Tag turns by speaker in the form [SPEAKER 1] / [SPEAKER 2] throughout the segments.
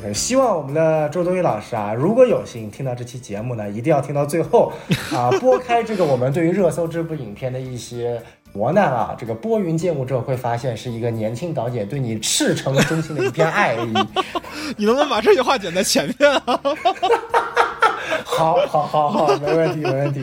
[SPEAKER 1] 希望我们的周冬雨老师啊，如果有幸听到这期节目呢，一定要听到最后啊，拨开这个我们对于热搜这部影片的一些磨难啊，这个拨云见雾之后，会发现是一个年轻导演对你赤诚衷心的一片爱意。
[SPEAKER 2] 你能不能把这句话剪在前面啊？
[SPEAKER 1] 好，没问题。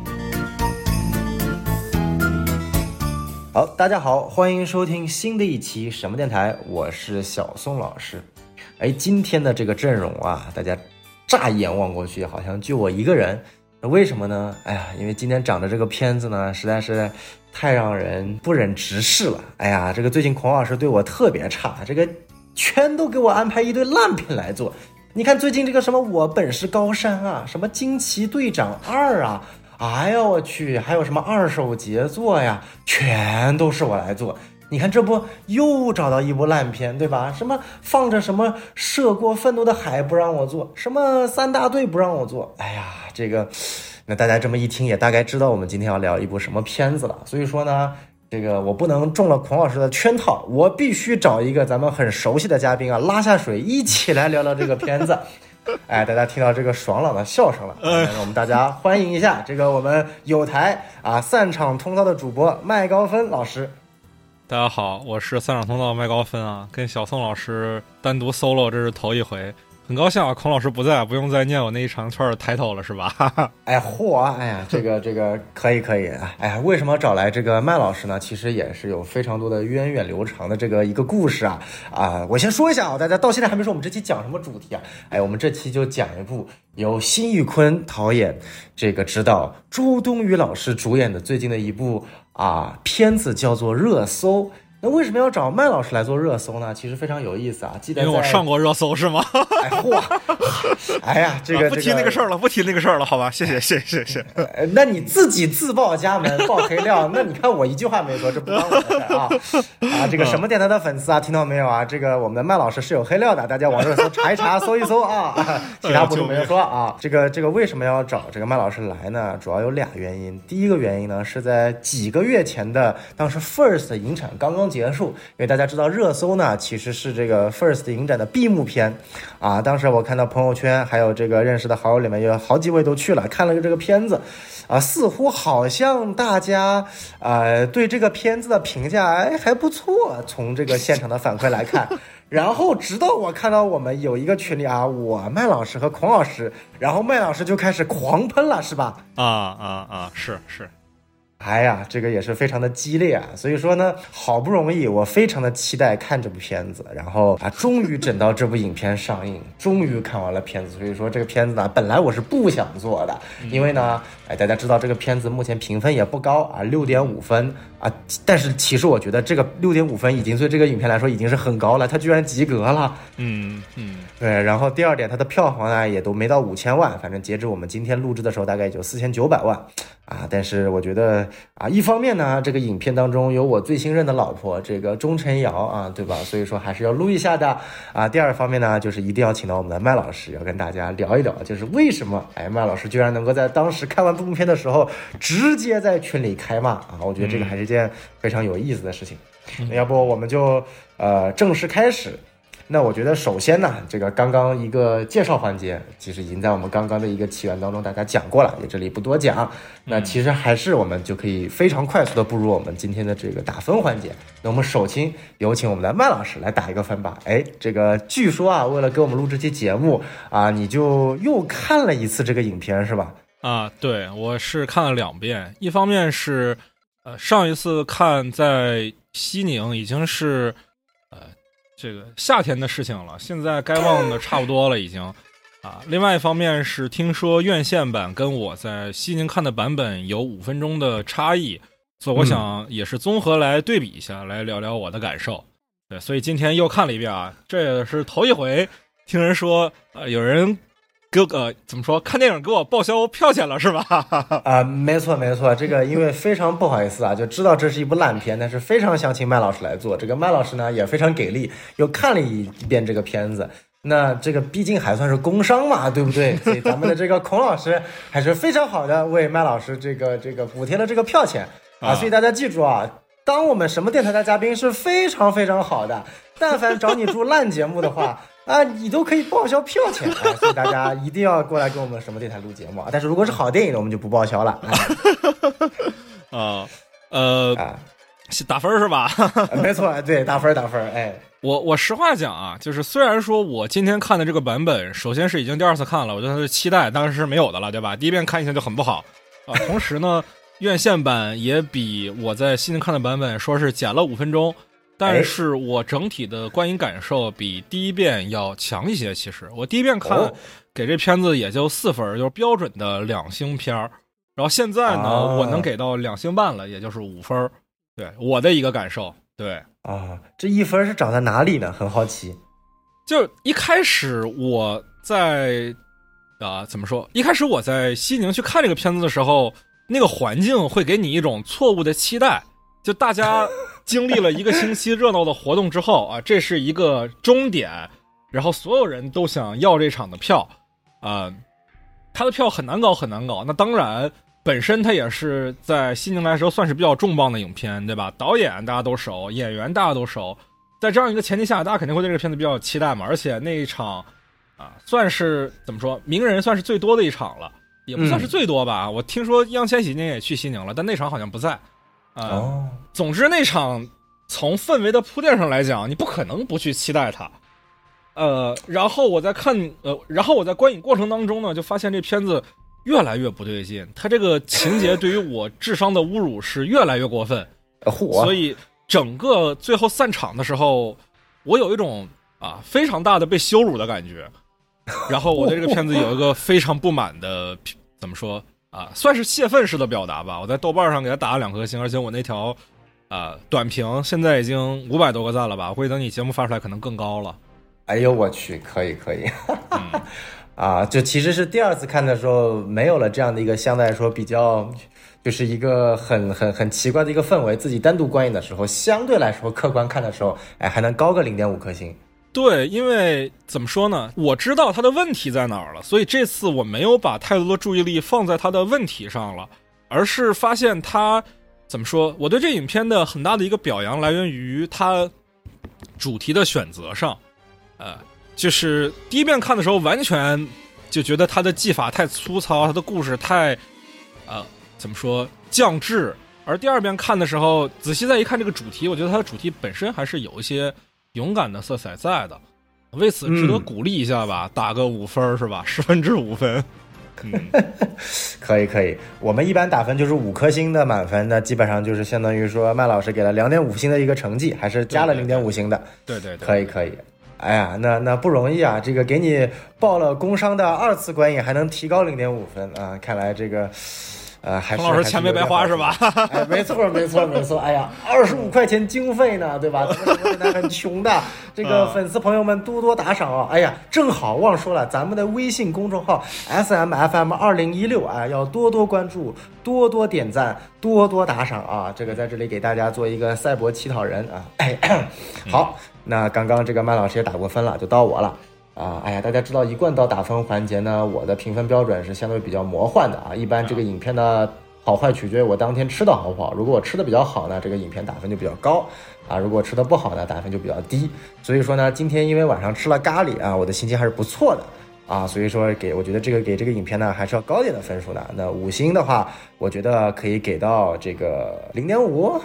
[SPEAKER 1] 好，大家好，欢迎收听新的一期什么电台，我是小宋老师。今天的这个阵容啊，大家乍一眼望过去好像就我一个人，那为什么呢？因为今天长的这个片子呢，实在是太让人不忍直视了。这个最近孔老师对我特别差，这个全都给我安排一堆烂片来做。你看最近这个什么我本是高山啊，什么惊奇队长2啊，哎呦我去，还有什么二手杰作呀，全都是我来做。你看这不又找到一部烂片，对吧？什么放着什么涉过愤怒的海不让我做，什么3大队不让我做。这个那大家这么一听也大概知道我们今天要聊一部什么片子了。所以说呢，这个我不能中了孔老师的圈套，我必须找一个咱们很熟悉的嘉宾啊，拉下水一起来聊聊这个片子。大家听到这个爽朗的笑声了，让我们大家欢迎一下这个我们有台啊散场通道的主播麦高芬老师。
[SPEAKER 2] 大家好，我是散场通道麦高芬啊，跟小宋老师单独 solo 这是头一回，很高兴啊，孔老师不在，不用再念我那一长串的title了是吧？
[SPEAKER 1] 这个可以为什么找来这个麦老师呢？其实也是有非常多的源远流长的这个一个故事啊。我先说一下啊，大家到现在还没说我们这期讲什么主题啊？我们这期就讲一部由辛玉坤导演这个指导，周冬雨老师主演的最近的一部片子，叫做《热搜》。那为什么要找麦老师来做热搜呢？其实非常有意思啊，记得
[SPEAKER 2] 因为我上过热搜是吗？
[SPEAKER 1] 这个
[SPEAKER 2] 不提那个事儿了，好吧，谢谢。
[SPEAKER 1] 那你自己自报家门爆黑料，那你看我一句话没说，这不关我的事啊！这个什么电台的粉丝啊，听到没有啊？这个我们的麦老师是有黑料的，大家往热搜查一查，搜一搜啊。其他部分没有说啊。这个为什么要找这个麦老师来呢？主要有2原因。第一个原因呢，是在几个月前的当时 First 影展刚刚结束，因为大家知道热搜呢其实是这个 First 影展的闭幕片啊。当时我看到朋友圈还有这个认识的好友里面有好几位都去了，看了这个片子啊，似乎好像大家对这个片子的评价还不错，从这个现场的反馈来看。然后直到我看到我们有一个群里啊，我麦老师和孔老师，然后麦老师就开始狂喷了，是吧？
[SPEAKER 2] 是。
[SPEAKER 1] 这个也是非常的激烈啊，所以说呢，好不容易我非常的期待看这部片子，然后终于等到这部影片上映，终于看完了片子。所以说这个片子呢，本来我是不想做的，因为呢，大家知道这个片子目前评分也不高啊，6.5分啊，但是其实我觉得这个6.5分已经对这个影片来说已经是很高了，它居然及格了。对，然后第二点，它的票房呢也都没到5000万，反正截止我们今天录制的时候大概也就4900万啊。但是我觉得一方面呢，这个影片当中有我最新任的老婆这个钟晨瑶啊，对吧？所以说还是要录一下的啊。第二方面呢，就是一定要请到我们的麦老师，要跟大家聊一聊，就是为什么麦老师居然能够在当时看完这部片的时候直接在群里开骂啊！我觉得这个还是一件非常有意思的事情。要不我们就正式开始。那我觉得首先呢，这个刚刚一个介绍环节其实已经在我们刚刚的一个起源当中大家讲过了，也这里不多讲。那其实还是我们就可以非常快速的步入我们今天的这个打分环节。那我们首先有请我们的麦老师来打一个分吧。这个据说啊，为了给我们录这期节目啊，你就又看了一次这个影片是吧？
[SPEAKER 2] 对，我是看了2遍。一方面是上一次看在西宁已经是这个夏天的事情了，现在该忘的差不多了已经另外一方面是听说院线版跟我在西宁看的版本有5分钟的差异，所以我想也是综合来对比一下，来聊聊我的感受。对，所以今天又看了一遍这也是头一回听人说有人给我怎么说，看电影给我报销票钱了是吧？
[SPEAKER 1] 没错，这个因为非常不好意思就知道这是一部烂片，但是非常想请麦老师来做。这个麦老师呢也非常给力，又看了一遍这个片子。那这个毕竟还算是工伤嘛，对不对？所以咱们的这个孔老师还是非常好的为麦老师这个补贴了这个票钱所以大家记住当我们什么电台的嘉宾是非常非常好的但凡找你出烂节目的话啊，你都可以报销票钱啊，所以大家一定要过来跟我们什么电台录节目啊。但是如果是好电影的，我们就不报销了。
[SPEAKER 2] 打分是吧？
[SPEAKER 1] 没错，对，打分。哎，
[SPEAKER 2] 我实话讲啊，就是虽然说我今天看的这个版本，首先是已经第2次看了，我对它的期待当然是没有的了，对吧？第一遍看一下就很不好啊。同时呢，院线版也比我在西宁看的版本说是减了5分钟，但是我整体的观影感受比第一遍要强一些。其实我第一遍看给这片子也就4分，就是标准的2星片儿。然后现在呢，我能给到2星半了，也就是5分。对我的一个感受，对
[SPEAKER 1] 啊，这1分是长在哪里呢？很好奇。
[SPEAKER 2] 就一开始我在怎么说？一开始我在西宁去看这个片子的时候，那个环境会给你一种错误的期待。就大家经历了1个星期热闹的活动之后啊，这是一个终点，然后所有人都想要这场的票啊，他的票很难搞。那当然。本身它也是在西宁来说算是比较重磅的影片，对吧？导演大家都熟，演员大家都熟，在这样一个前提下，大家肯定会对这个片子比较期待嘛。而且那一场算是怎么说，名人算是最多的一场了，也不算是最多吧。我听说易烊千玺那也去西宁了，但那场好像不在。总之那场从氛围的铺垫上来讲，你不可能不去期待它。然后我在观影过程当中呢，就发现这片子。越来越不对劲，他这个情节对于我智商的侮辱是越来越过分，所以整个最后散场的时候，我有一种非常大的被羞辱的感觉。然后我对这个片子有一个非常不满的，怎么说算是泄愤式的表达吧。我在豆瓣上给他打了2颗星，而且我那条短评现在已经500多个赞了吧？会等你节目发出来可能更高了。
[SPEAKER 1] 哎呦我去，可以。就其实是第2次看的时候没有了这样的一个相对来说比较就是一个很奇怪的一个氛围，自己单独观影的时候相对来说客观看的时候还能高个 0.5 颗星。
[SPEAKER 2] 对，因为怎么说呢，我知道他的问题在哪儿了，所以这次我没有把太多的注意力放在他的问题上了，而是发现他怎么说，我对这影片的很大的一个表扬来源于他主题的选择上。就是第一遍看的时候完全就觉得他的技法太粗糙，他的故事太怎么说降智，而第2遍看的时候仔细再一看这个主题，我觉得它的主题本身还是有一些勇敢的色彩在的，为此值得鼓励一下吧。打个5分是吧？5分。
[SPEAKER 1] 可以，我们一般打分就是5颗星的满分，那基本上就是相当于说麦老师给了2.5星的一个成绩，还是加了0.5星的。
[SPEAKER 2] 对，
[SPEAKER 1] 可以。哎呀，那不容易啊！这个给你报了工伤的2次观影，还能提高0.5分啊！看来这个，还是
[SPEAKER 2] 彭老师钱没白花是吧？
[SPEAKER 1] 哎，没错。哎呀，25块钱经费呢，对吧？咱们现在很穷的，这个粉丝朋友们多多打赏啊！哎呀，正好忘说了，咱们的微信公众号 SMFM2016啊，要多多关注，多多点赞，多多打赏啊！这个在这里给大家做一个赛博乞讨人啊！好。那刚刚这个麦老师也打过分了，就到我了哎呀，大家知道一贯到打分环节呢，我的评分标准是相对比较魔幻的一般这个影片的好坏取决于我当天吃的好不好。如果我吃的比较好呢，这个影片打分就比较高如果吃的不好呢，打分就比较低。所以说呢，今天因为晚上吃了咖喱我的心情还是不错的所以说我觉得给这个影片呢还是要高点的分数的。那5星的话，我觉得可以给到这个0.5。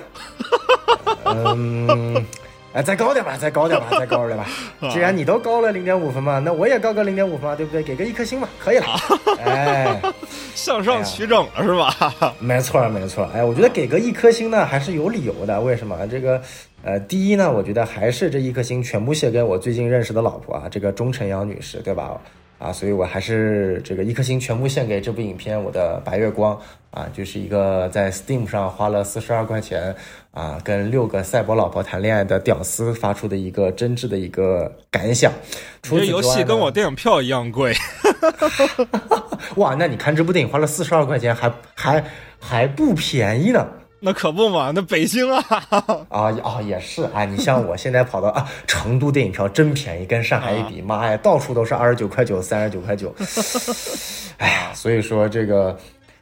[SPEAKER 1] 再高点吧。既然你都高了0.5分嘛，那我也高个0.5分嘛，对不对？给个1颗星嘛，可以了。
[SPEAKER 2] 向上取整了是吧？
[SPEAKER 1] 没错。我觉得给个1颗星呢还是有理由的。为什么？这个第一呢，我觉得还是这1颗星全部献给我最近认识的老婆这个钟晨阳女士，对吧？所以我还是这个1颗星全部献给这部影片，我的白月光就是一个在 Steam 上花了42块钱跟6个赛博老婆谈恋爱的屌丝发出的一个真挚的一个感想。
[SPEAKER 2] 这游戏跟我电影票一样贵。
[SPEAKER 1] 哇，那你看这部电影花了42块钱，还不便宜呢。
[SPEAKER 2] 那可不嘛，那北京
[SPEAKER 1] 也是你像我现在跑到成都电影票真便宜，跟上海一比，妈呀，到处都是29.9块、39.9。哎呀，所以说这个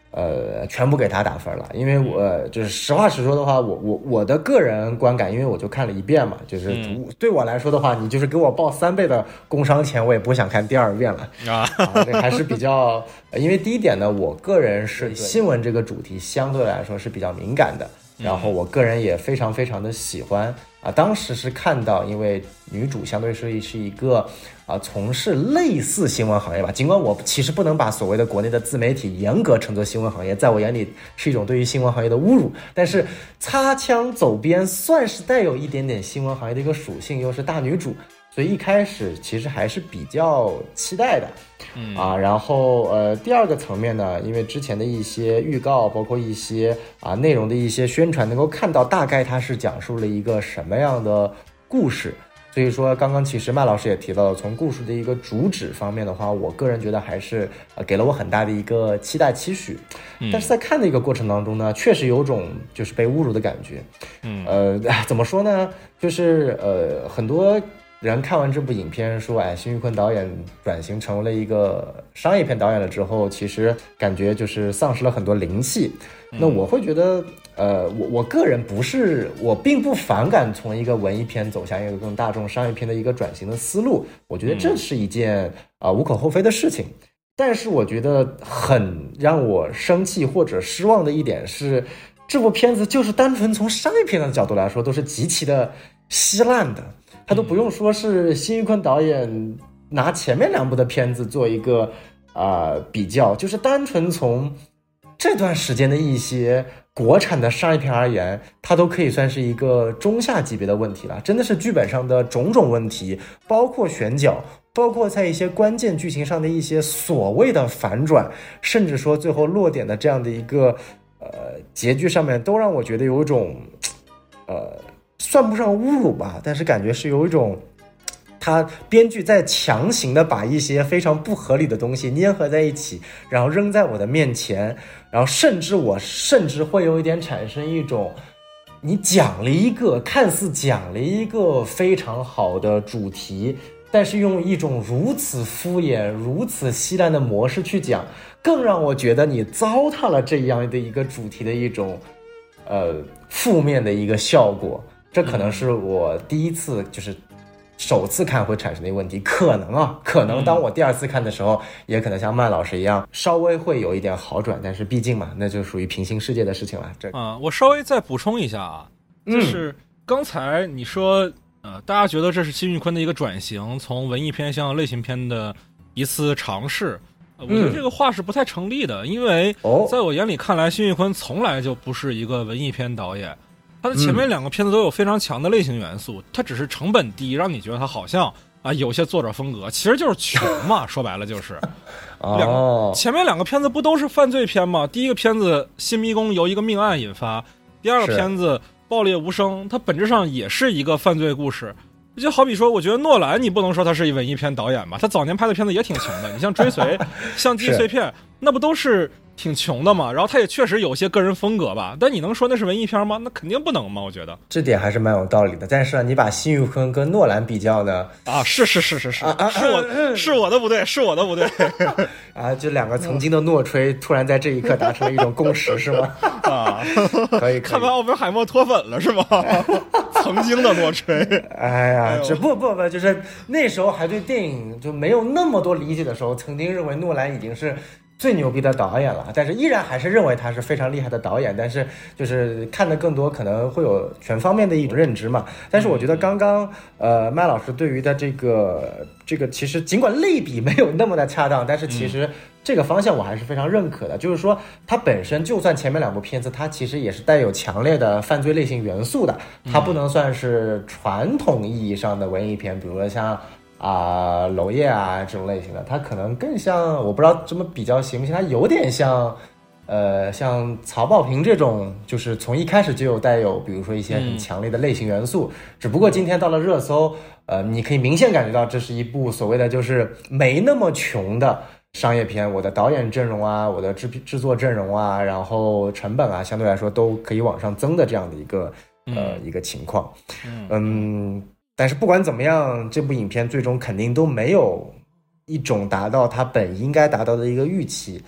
[SPEAKER 1] 全部给他打分了，因为我就是实话实说的话，我的个人观感，因为我就看了一遍嘛，就是对我来说的话，你就是给我报3倍的工伤钱，我也不想看第2遍了这还是比较，因为第一点呢，我个人是新闻这个主题相对来说是比较敏感的，然后我个人也非常非常的喜欢当时是看到，因为女主相对是一个从事类似新闻行业吧，尽管我其实不能把所谓的国内的自媒体严格称作新闻行业，在我眼里是一种对于新闻行业的侮辱，但是擦枪走边算是带有一点点新闻行业的一个属性，又是大女主，所以一开始其实还是比较期待的然后第二个层面呢，因为之前的一些预告，包括一些内容的一些宣传，能够看到大概它是讲述了一个什么样的故事，所以说刚刚其实麦老师也提到了，从故事的一个主旨方面的话，我个人觉得还是给了我很大的一个期待期许，但是在看的一个过程当中呢，确实有种就是被侮辱的感觉，怎么说呢，就是很多人看完这部影片说，辛玉坤导演转型成为了一个商业片导演了之后，其实感觉就是丧失了很多灵气。那我会觉得，我个人我并不反感从一个文艺片走向一个更大众商业片的一个转型的思路，我觉得这是一件无可厚非的事情。但是我觉得很让我生气或者失望的一点是，这部片子就是单纯从商业片的角度来说，都是极其的稀烂的。他都不用说是辛玉坤导演拿前面2部的片子做一个比较，就是单纯从这段时间的一些国产的商业片而言，它都可以算是一个中下级别的问题了。真的是剧本上的种种问题，包括选角，包括在一些关键剧情上的一些所谓的反转，甚至说最后落点的这样的一个结局上面，都让我觉得有一种算不上侮辱吧，但是感觉是有一种他编剧在强行的把一些非常不合理的东西粘合在一起，然后扔在我的面前，然后甚至会有一点产生一种，你看似讲了一个非常好的主题，但是用一种如此敷衍如此稀烂的模式去讲，更让我觉得你糟蹋了这样的一个主题的一种负面的一个效果。这可能是我第一次就是首次看会产生的一个问题，可能当我第2次看的时候，也可能像麦老师一样稍微会有一点好转，但是毕竟嘛，那就属于平行世界的事情了。
[SPEAKER 2] 我稍微再补充一下就是刚才你说大家觉得这是辛玉坤的一个转型，从文艺片向类型片的一次尝试，我觉得这个话是不太成立的，因为在我眼里看来，辛玉坤从来就不是一个文艺片导演。他的前面2个片子都有非常强的类型元素，他只是成本低，让你觉得他好像有些作者风格，其实就是穷嘛，说白了就是前面2个片子不都是犯罪片吗？第一个片子新迷宫由一个命案引发，第二个片子爆裂无声，它本质上也是一个犯罪故事。就好比说，我觉得诺兰，你不能说他是一文艺片导演吧，他早年拍的片子也挺穷的，你像追随像记忆碎片，那不都是挺穷的嘛，然后他也确实有些个人风格吧，但你能说那是文艺片吗？那肯定不能嘛，我觉得
[SPEAKER 1] 这点还是蛮有道理的。但是你把辛玉坤跟诺兰比较呢？
[SPEAKER 2] 是我的不对，是我的不对
[SPEAKER 1] 就2个曾经的诺吹突然在这一刻达成了一种共识，是吗？可以
[SPEAKER 2] 看完奥本海默脱粉了是吗？曾经的诺吹，
[SPEAKER 1] 这不，就是那时候还对电影就没有那么多理解的时候，曾经认为诺兰已经是最牛逼的导演了，但是依然还是认为他是非常厉害的导演，但是就是看的更多可能会有全方面的一种认知嘛。但是我觉得刚刚麦老师对于的这个其实尽管类比没有那么的恰当，但是其实这个方向我还是非常认可的，就是说它本身就算前面2部片子它其实也是带有强烈的犯罪类型元素的，它不能算是传统意义上的文艺片，比如说像娄烨这种类型的，它可能更像，我不知道这么比较行不行，它有点像像曹保平这种，就是从一开始就有带有比如说一些很强烈的类型元素，只不过今天到了热搜，你可以明显感觉到这是一部所谓的就是没那么穷的商业片，我的导演阵容我的制作阵容然后成本相对来说都可以往上增的这样的一个情况。但是不管怎么样，这部影片最终肯定都没有一种达到它本应该达到的一个预期，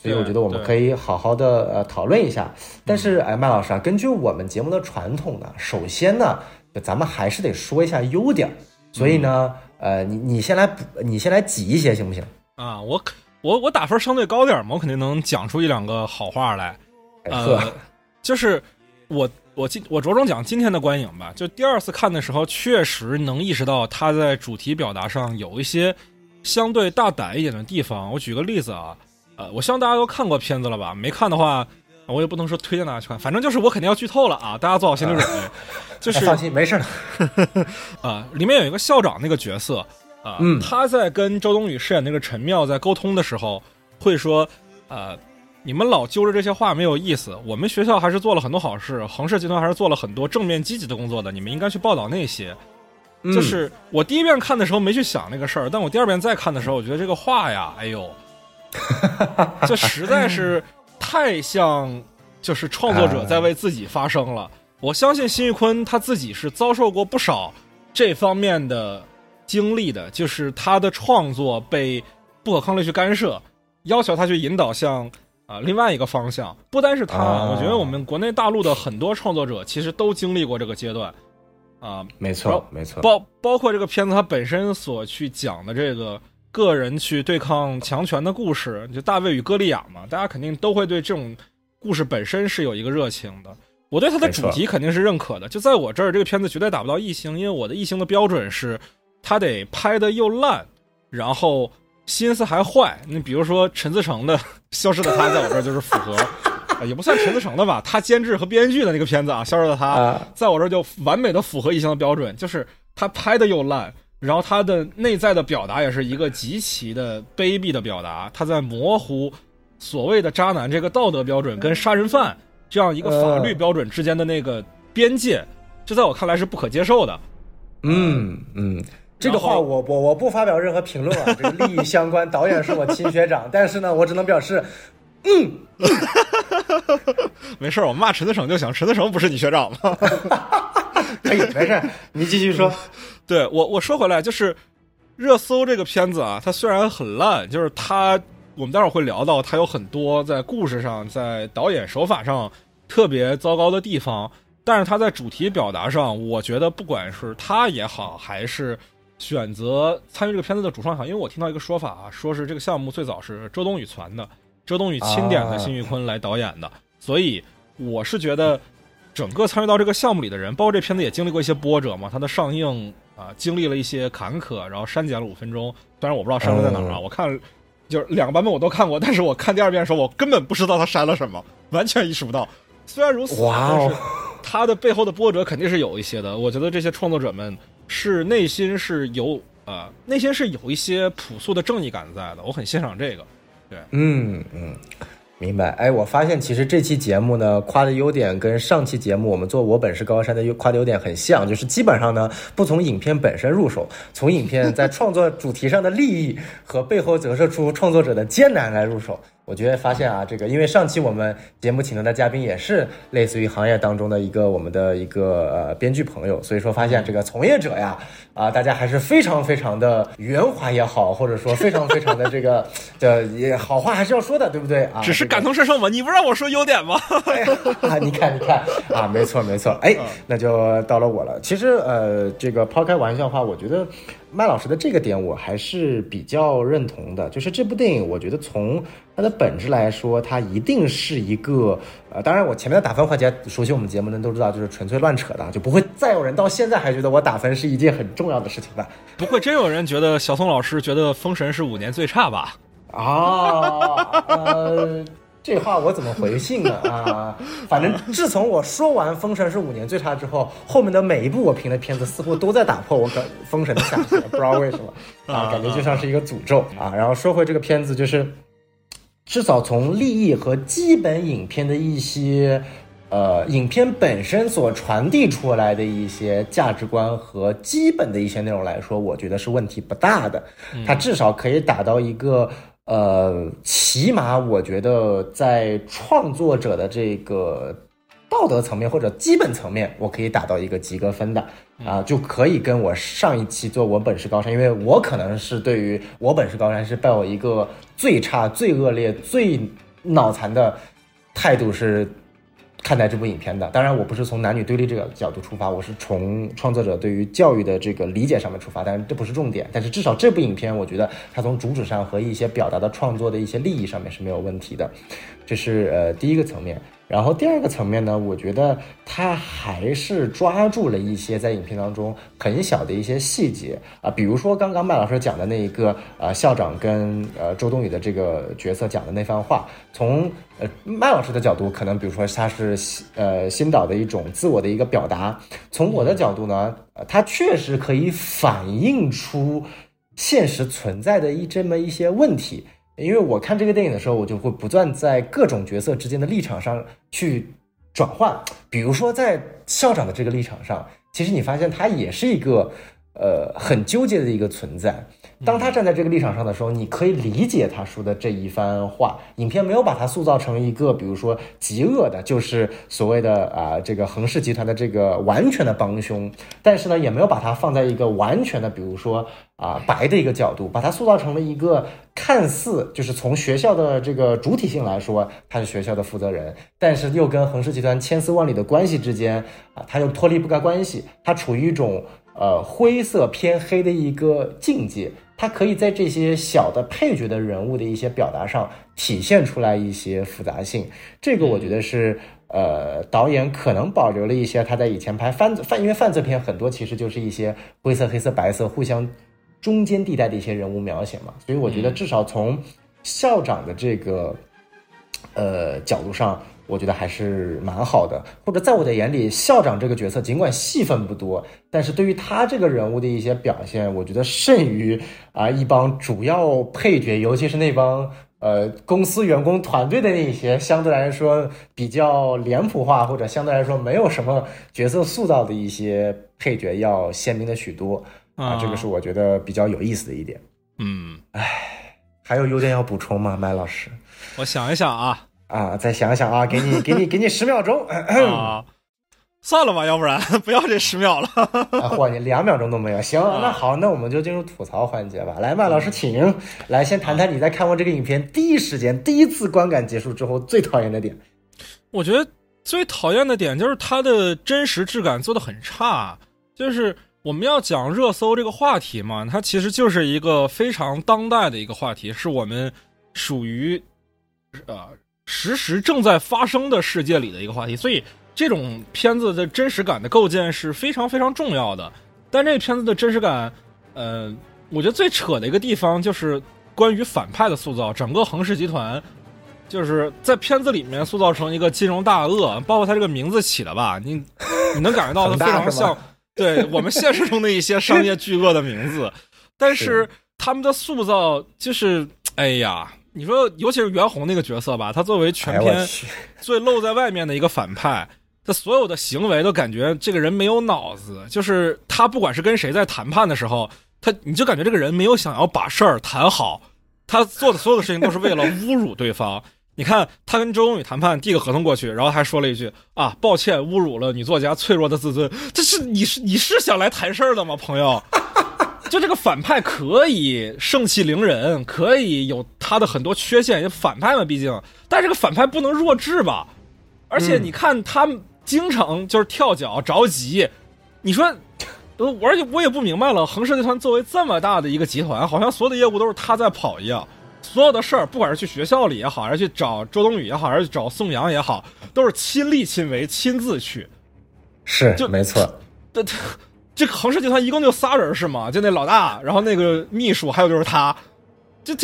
[SPEAKER 1] 所以我觉得我们可以好好的讨论一下。但是麦老师啊，根据我们节目的传统呢，首先呢，咱们还是得说一下优点。所以呢，你先来挤一些行不行？
[SPEAKER 2] 啊，我打分相对高点嘛，我肯定能讲出一两个好话来。就是我着重讲今天的观影吧。就第二次看的时候，确实能意识到他在主题表达上有一些相对大胆一点的地方。我举个例子啊，我希望大家都看过片子了吧？没看的话，我也不能说推荐大家去看，反正就是我肯定要剧透了啊，大家做好心理准备。就是
[SPEAKER 1] 放心，没事
[SPEAKER 2] 的。里面有一个校长那个角色啊，他在跟周冬雨饰演那个陈妙在沟通的时候，会说你们老揪着这些话没有意思，我们学校还是做了很多好事，恒氏集团还是做了很多正面积极的工作的，你们应该去报道那些。就是我第一遍看的时候没去想那个事儿，但我第二遍再看的时候，我觉得这个话呀，哎呦，这实在是太像就是创作者在为自己发声了。我相信辛玉坤他自己是遭受过不少这方面的经历的，就是他的创作被不可抗力去干涉，要求他去引导向另外一个方向。不单是他，我觉得我们国内大陆的很多创作者其实都经历过这个阶段
[SPEAKER 1] 没错没错。
[SPEAKER 2] 包括这个片子它本身所去讲的这个个人去对抗强权的故事，就大卫与歌利亚嘛，大家肯定都会对这种故事本身是有一个热情的。我对它的主题肯定是认可的，就在我这儿这个片子绝对达不到一星，因为我的一星的标准是它得拍的又烂，然后心思还坏。你比如说陈思诚的《消失的她》在我这儿就是符合也不算陈思诚的吧，他监制和编剧的那个片子啊，《消失的她》在我这儿就完美的符合一星的标准，就是他拍的又烂，然后他的内在的表达也是一个极其的卑鄙的表达，他在模糊所谓的渣男这个道德标准跟杀人犯这样一个法律标准之间的那个边界，这在我看来是不可接受的。
[SPEAKER 1] 这个话我不发表任何评论啊，这个利益相关，导演是我亲学长，但是呢，我只能表示，
[SPEAKER 2] 没事，我骂陈思诚就行，陈思诚不是你学长吗？
[SPEAKER 1] 可以，没事，你继续说。
[SPEAKER 2] 对，我说回来，就是热搜这个片子啊，它虽然很烂，就是我们待会儿会聊到它有很多在故事上在导演手法上特别糟糕的地方，但是它在主题表达上，我觉得不管是他也好，还是选择参与这个片子的主创也好，因为我听到一个说法啊，说是这个项目最早是周冬雨传的，周冬雨钦点的辛玉坤来导演的，所以我是觉得整个参与到这个项目里的人，包括这片子也经历过一些波折嘛，它的上映经历了一些坎坷，然后删减了5分钟，虽然我不知道删了在哪儿啊，我看就是2个版本我都看过，但是我看第二遍的时候，我根本不知道他删了什么，完全意识不到。虽然如此，但是他的背后的波折肯定是有一些的。我觉得这些创作者们是内心是有一些朴素的正义感在的，我很欣赏这个。对，
[SPEAKER 1] 明白。哎，我发现其实这期节目呢，夸的优点跟上期节目我们做我本是高山的夸的优点很像，就是基本上呢不从影片本身入手，从影片在创作主题上的利益和背后折射出创作者的艰难来入手。我觉得发现啊，这个因为上期我们节目请到的嘉宾也是类似于行业当中的我们的一个编剧朋友，所以说发现这个从业者呀大家还是非常非常的圆滑也好，或者说非常非常的也好话还是要说的，对不对啊？
[SPEAKER 2] 只是感同身受嘛，你不让我说优点吗？
[SPEAKER 1] 你看啊，没错，哎，那就到了我了。其实这个抛开玩笑话，我觉得麦老师的这个点我还是比较认同的，就是这部电影我觉得从它的本质来说，它一定是一个当然我前面的打分环节熟悉我们节目的人都知道，就是纯粹乱扯的，就不会再有人到现在还觉得我打分是一件很重要的事情吧？
[SPEAKER 2] 不会真有人觉得小松老师觉得《封神》是5年最差吧？
[SPEAKER 1] 这话我怎么回信呢？反正自从我说完《封神》是5年最差之后，后面的每一部我评的片子似乎都在打破我跟《封神》的下限，不知道为什么感觉就像是一个诅咒然后说回这个片子，就是至少从立意和基本影片的一些影片本身所传递出来的一些价值观和基本的一些内容来说，我觉得是问题不大的。它至少可以达到一个起码我觉得在创作者的这个道德层面或者基本层面，我可以打到一个及格分的就可以跟我上一期做我本是高山，因为我可能是对于我本是高山是抱有一个最差、最恶劣、最脑残的态度是看待这部影片的。当然我不是从男女对立这个角度出发，我是从创作者对于教育的这个理解上面出发，但是这不是重点。但是至少这部影片我觉得它从主旨上和一些表达的创作的一些利益上面是没有问题的，这是第一个层面。然后第二个层面呢，我觉得他还是抓住了一些在影片当中很小的一些细节啊，比如说刚刚麦老师讲的那一个校长跟周冬雨的这个角色讲的那番话，从麦老师的角度，可能比如说他是新导的一种自我的一个表达，从我的角度呢，他确实可以反映出现实存在的这么一些问题。因为我看这个电影的时候，我就会不断在各种角色之间的立场上去转换。比如说在校长的这个立场上，其实你发现他也是一个很纠结的一个存在。当他站在这个立场上的时候，你可以理解他说的这一番话。影片没有把他塑造成一个比如说极恶的，就是所谓的这个恒氏集团的这个完全的帮凶，但是呢也没有把他放在一个完全的比如说白的一个角度，把他塑造成了一个看似就是从学校的这个主体性来说他是学校的负责人，但是又跟恒氏集团千丝万缕的关系之间他又脱离不开关系，他处于一种灰色偏黑的一个境界。他可以在这些小的配角的人物的一些表达上体现出来一些复杂性，这个我觉得是导演可能保留了一些他在以前拍因为犯罪片很多其实就是一些灰色黑色白色互相中间地带的一些人物描写嘛，所以我觉得至少从校长的这个角度上我觉得还是蛮好的。或者在我的眼里，校长这个角色尽管戏份不多，但是对于他这个人物的一些表现，我觉得胜于一帮主要配角，尤其是那帮公司员工团队的那些相对来说比较脸谱化或者相对来说没有什么角色塑造的一些配角要鲜明的许多这个是我觉得比较有意思的一点。还有优点要补充吗，麦老师？
[SPEAKER 2] 我想一想
[SPEAKER 1] 再想想给你10秒钟
[SPEAKER 2] 算了吧，要不然不要这10秒了
[SPEAKER 1] 嚯，你2秒钟都没有。行，那好，那我们就进入吐槽环节吧。来，麦老师请来先谈谈你在看完这个影片第一次观感结束之后最讨厌的点。
[SPEAKER 2] 我觉得最讨厌的点就是它的真实质感做得很差。就是我们要讲热搜这个话题嘛，它其实就是一个非常当代的一个话题，是我们属于实时正在发生的世界里的一个话题，所以这种片子的真实感的构建是非常非常重要的。但这个片子的真实感我觉得最扯的一个地方就是关于反派的塑造。整个恒氏集团就是在片子里面塑造成一个金融大鳄，包括他这个名字起的吧，你能感觉到它非常像对我们现实中的一些商业巨鳄的名字但是他们的塑造就是你说尤其是袁弘那个角色吧，他作为全片最露在外面的一个反派，他所有的行为都感觉这个人没有脑子。就是他不管是跟谁在谈判的时候，你就感觉这个人没有想要把事儿谈好，他做的所有的事情都是为了侮辱对方。你看他跟周冬雨谈判，递个合同过去，然后还说了一句抱歉侮辱了女作家脆弱的自尊。这是你是想来谈事儿的吗，朋友？就这个反派可以盛气凌人，可以有他的很多缺陷，也反派嘛毕竟，但这个反派不能弱智吧？而且你看他经常就是跳脚着急，你说而且我也不明白了，恒氏集团作为这么大的一个集团，好像所有的业务都是他在跑一样，所有的事儿不管是去学校里也好，还是去找周冬雨也好，还是去找宋阳也好，都是亲力亲为亲自去。
[SPEAKER 1] 是没错。
[SPEAKER 2] 这个恒氏集团一共就仨人是吗？就那老大，然后那个秘书，还有就是他，这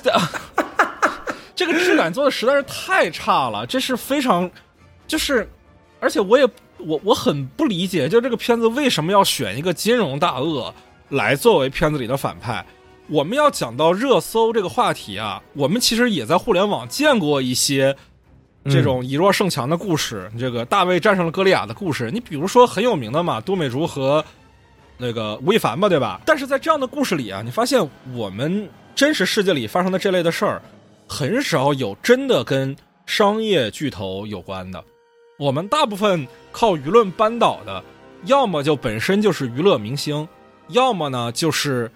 [SPEAKER 2] 个质感做的实在是太差了，这是非常而且我很不理解，就这个片子为什么要选一个金融大鳄来作为片子里的反派。我们要讲到热搜这个话题我们其实也在互联网见过一些这种以弱胜强的故事，这个大卫战胜了歌利亚的故事。你比如说很有名的嘛，都美竹和那个吴亦凡吧，对吧？但是在这样的故事里你发现我们真实世界里发生的这类的事儿，很少有真的跟商业巨头有关的。我们大部分靠舆论扳倒的，要么就本身就是娱乐明星，要么呢就是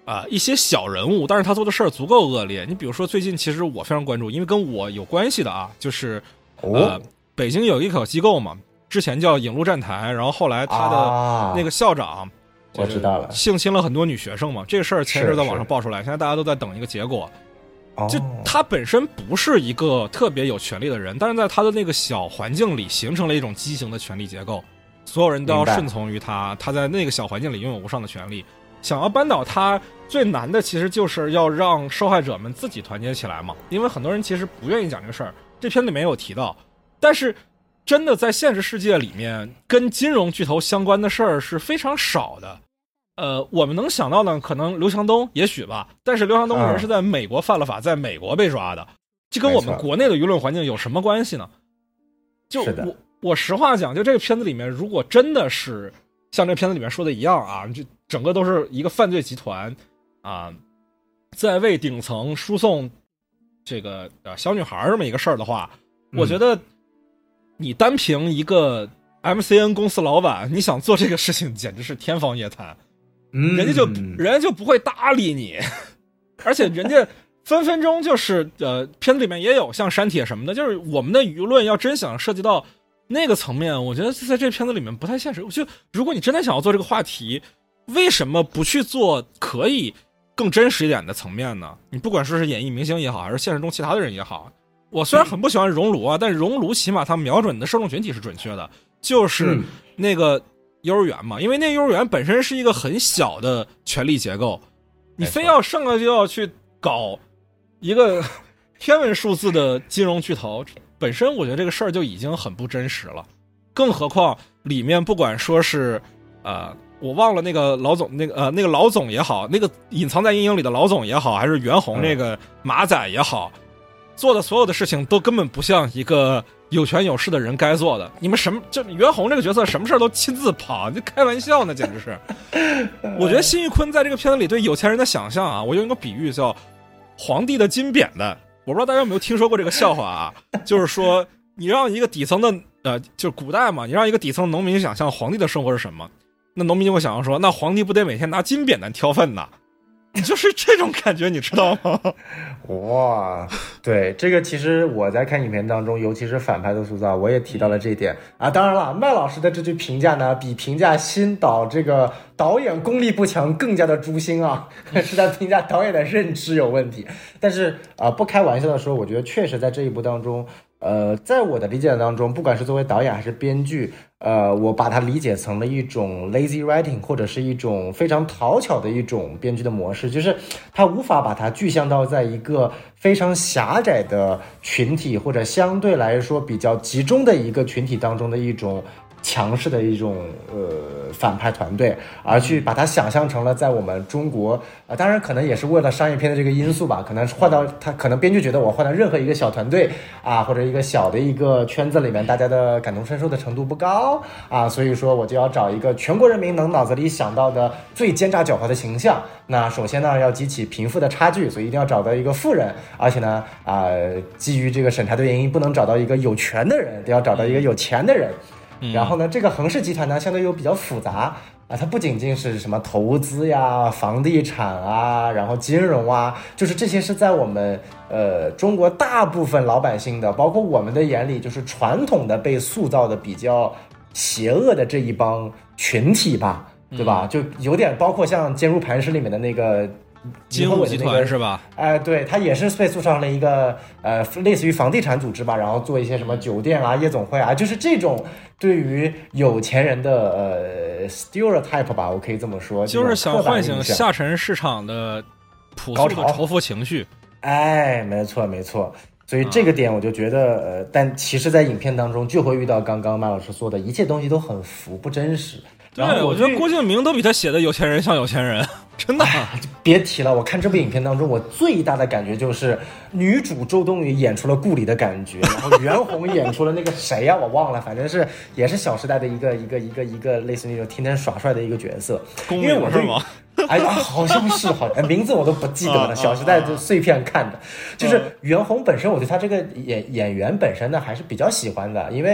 [SPEAKER 2] 一些小人物，但是他做的事儿足够恶劣。你比如说最近其实我非常关注，因为跟我有关系的啊，就是北京有一个机构嘛，之前叫影路站台，然后后来他的那个校长。
[SPEAKER 1] 我知道了，
[SPEAKER 2] 性侵了很多女学生嘛，这个事儿前阵在网上爆出来，现在大家都在等一个结果。就他本身不是一个特别有权力的人，但是在他的那个小环境里形成了一种畸形的权力结构，所有人都要顺从于他，他在那个小环境里拥有无上的权力。想要扳倒他，最难的其实就是要让受害者们自己团结起来嘛，因为很多人其实不愿意讲这个事儿，这片里面有提到，但是真的在现实世界里面跟金融巨头相关的事儿是非常少的。我们能想到的可能刘强东也许吧，但是刘强东人是在美国犯了法，在美国被抓的，这跟我们国内的舆论环境有什么关系呢？就我实话讲，就这个片子里面，如果真的是像这片子里面说的一样啊，就整个都是一个犯罪集团啊，在为顶层输送这个小女孩这么一个事儿的话，我觉得你单凭一个 MCN 公司老板，你想做这个事情简直是天方夜谭。人家就不会搭理你，而且人家分分钟就是片子里面也有像删帖什么的，就是我们的舆论要真想涉及到那个层面，我觉得在这片子里面不太现实。就如果你真的想要做这个话题，为什么不去做可以更真实一点的层面呢？你不管说是演艺明星也好，还是现实中其他的人也好，我虽然很不喜欢熔炉啊，但是熔炉起码它瞄准的受众群体是准确的，就是那个幼儿园嘛，因为那幼儿园本身是一个很小的权力结构，你非要上来就要去搞一个天文数字的金融巨头，本身我觉得这个事儿就已经很不真实了，更何况里面不管说是我忘了那个老总那个老总也好，那个隐藏在阴影里的老总也好，还是袁弘那个马仔也好，做的所有的事情都根本不像一个有权有势的人该做的。你们就袁弘这个角色什么事都亲自跑，就开玩笑呢，简直是。我觉得辛玉坤在这个片子里对有钱人的想象啊，我用一个比喻叫皇帝的金扁担。我不知道大家有没有听说过这个笑话啊，就是说你让一个底层的就是古代嘛，你让一个底层农民想象皇帝的生活是什么，那农民就会想象说，那皇帝不得每天拿金扁担挑粪呐？就是这种感觉，你知道吗？
[SPEAKER 1] 哇，对，这个其实我在看影片当中，尤其是反派的塑造，我也提到了这一点啊。当然了，麦老师的这句评价呢，比评价新导这个导演功力不强更加的诛心啊，是在评价导演的认知有问题。但是不开玩笑的说，我觉得确实在这一部当中，在我的理解当中，不管是作为导演还是编剧，我把它理解成了一种 lazy writing， 或者是一种非常讨巧的一种编剧的模式，就是它无法把它具象到在一个非常狭窄的群体或者相对来说比较集中的一个群体当中的一种强势的一种反派团队，而去把它想象成了在我们中国当然可能也是为了商业片的这个因素吧，可能换到他，可能编剧觉得我换到任何一个小团队或者一个小的一个圈子里面，大家的感同身受的程度不高所以说我就要找一个全国人民能脑子里想到的最奸诈狡猾的形象。那首先呢要激起贫富的差距，所以一定要找到一个富人，而且呢基于这个审查的原因，不能找到一个有权的人，得要找到一个有钱的人。然后呢，这个恒氏集团呢，相对又比较复杂它不仅仅是什么投资呀、房地产然后金融就是这些是在我们中国大部分老百姓的，包括我们的眼里，就是传统的被塑造的比较邪恶的这一帮群体吧，对吧？就有点包括像《坚如磐石》里面的那个
[SPEAKER 2] 金融集团是吧？
[SPEAKER 1] 对，它也是被塑造了一个类似于房地产组织吧，然后做一些什么酒店夜总会就是这种对于有钱人的stereotype 吧，我可以这么说，
[SPEAKER 2] 就是想唤醒下沉市场的朴素的仇富情绪。
[SPEAKER 1] 没错没错。所以这个点我就觉得但其实在影片当中就会遇到刚刚麦老师说的一切东西都很浮不真实。
[SPEAKER 2] 对，我觉得郭敬明都比他写的有钱人像有钱人，真的。
[SPEAKER 1] 别提了，我看这部影片当中，我最大的感觉就是女主周冬雨演出了顾里的感觉，然后袁弘演出了那个谁我忘了，反正是也是《小时代》的一个类似于那种天天耍帅的一个角色。
[SPEAKER 2] 因为我是吗？
[SPEAKER 1] 好像是，名字我都不记得了，《小时代》就碎片看的。就是袁弘本身，我对他这个演员本身呢还是比较喜欢的，因为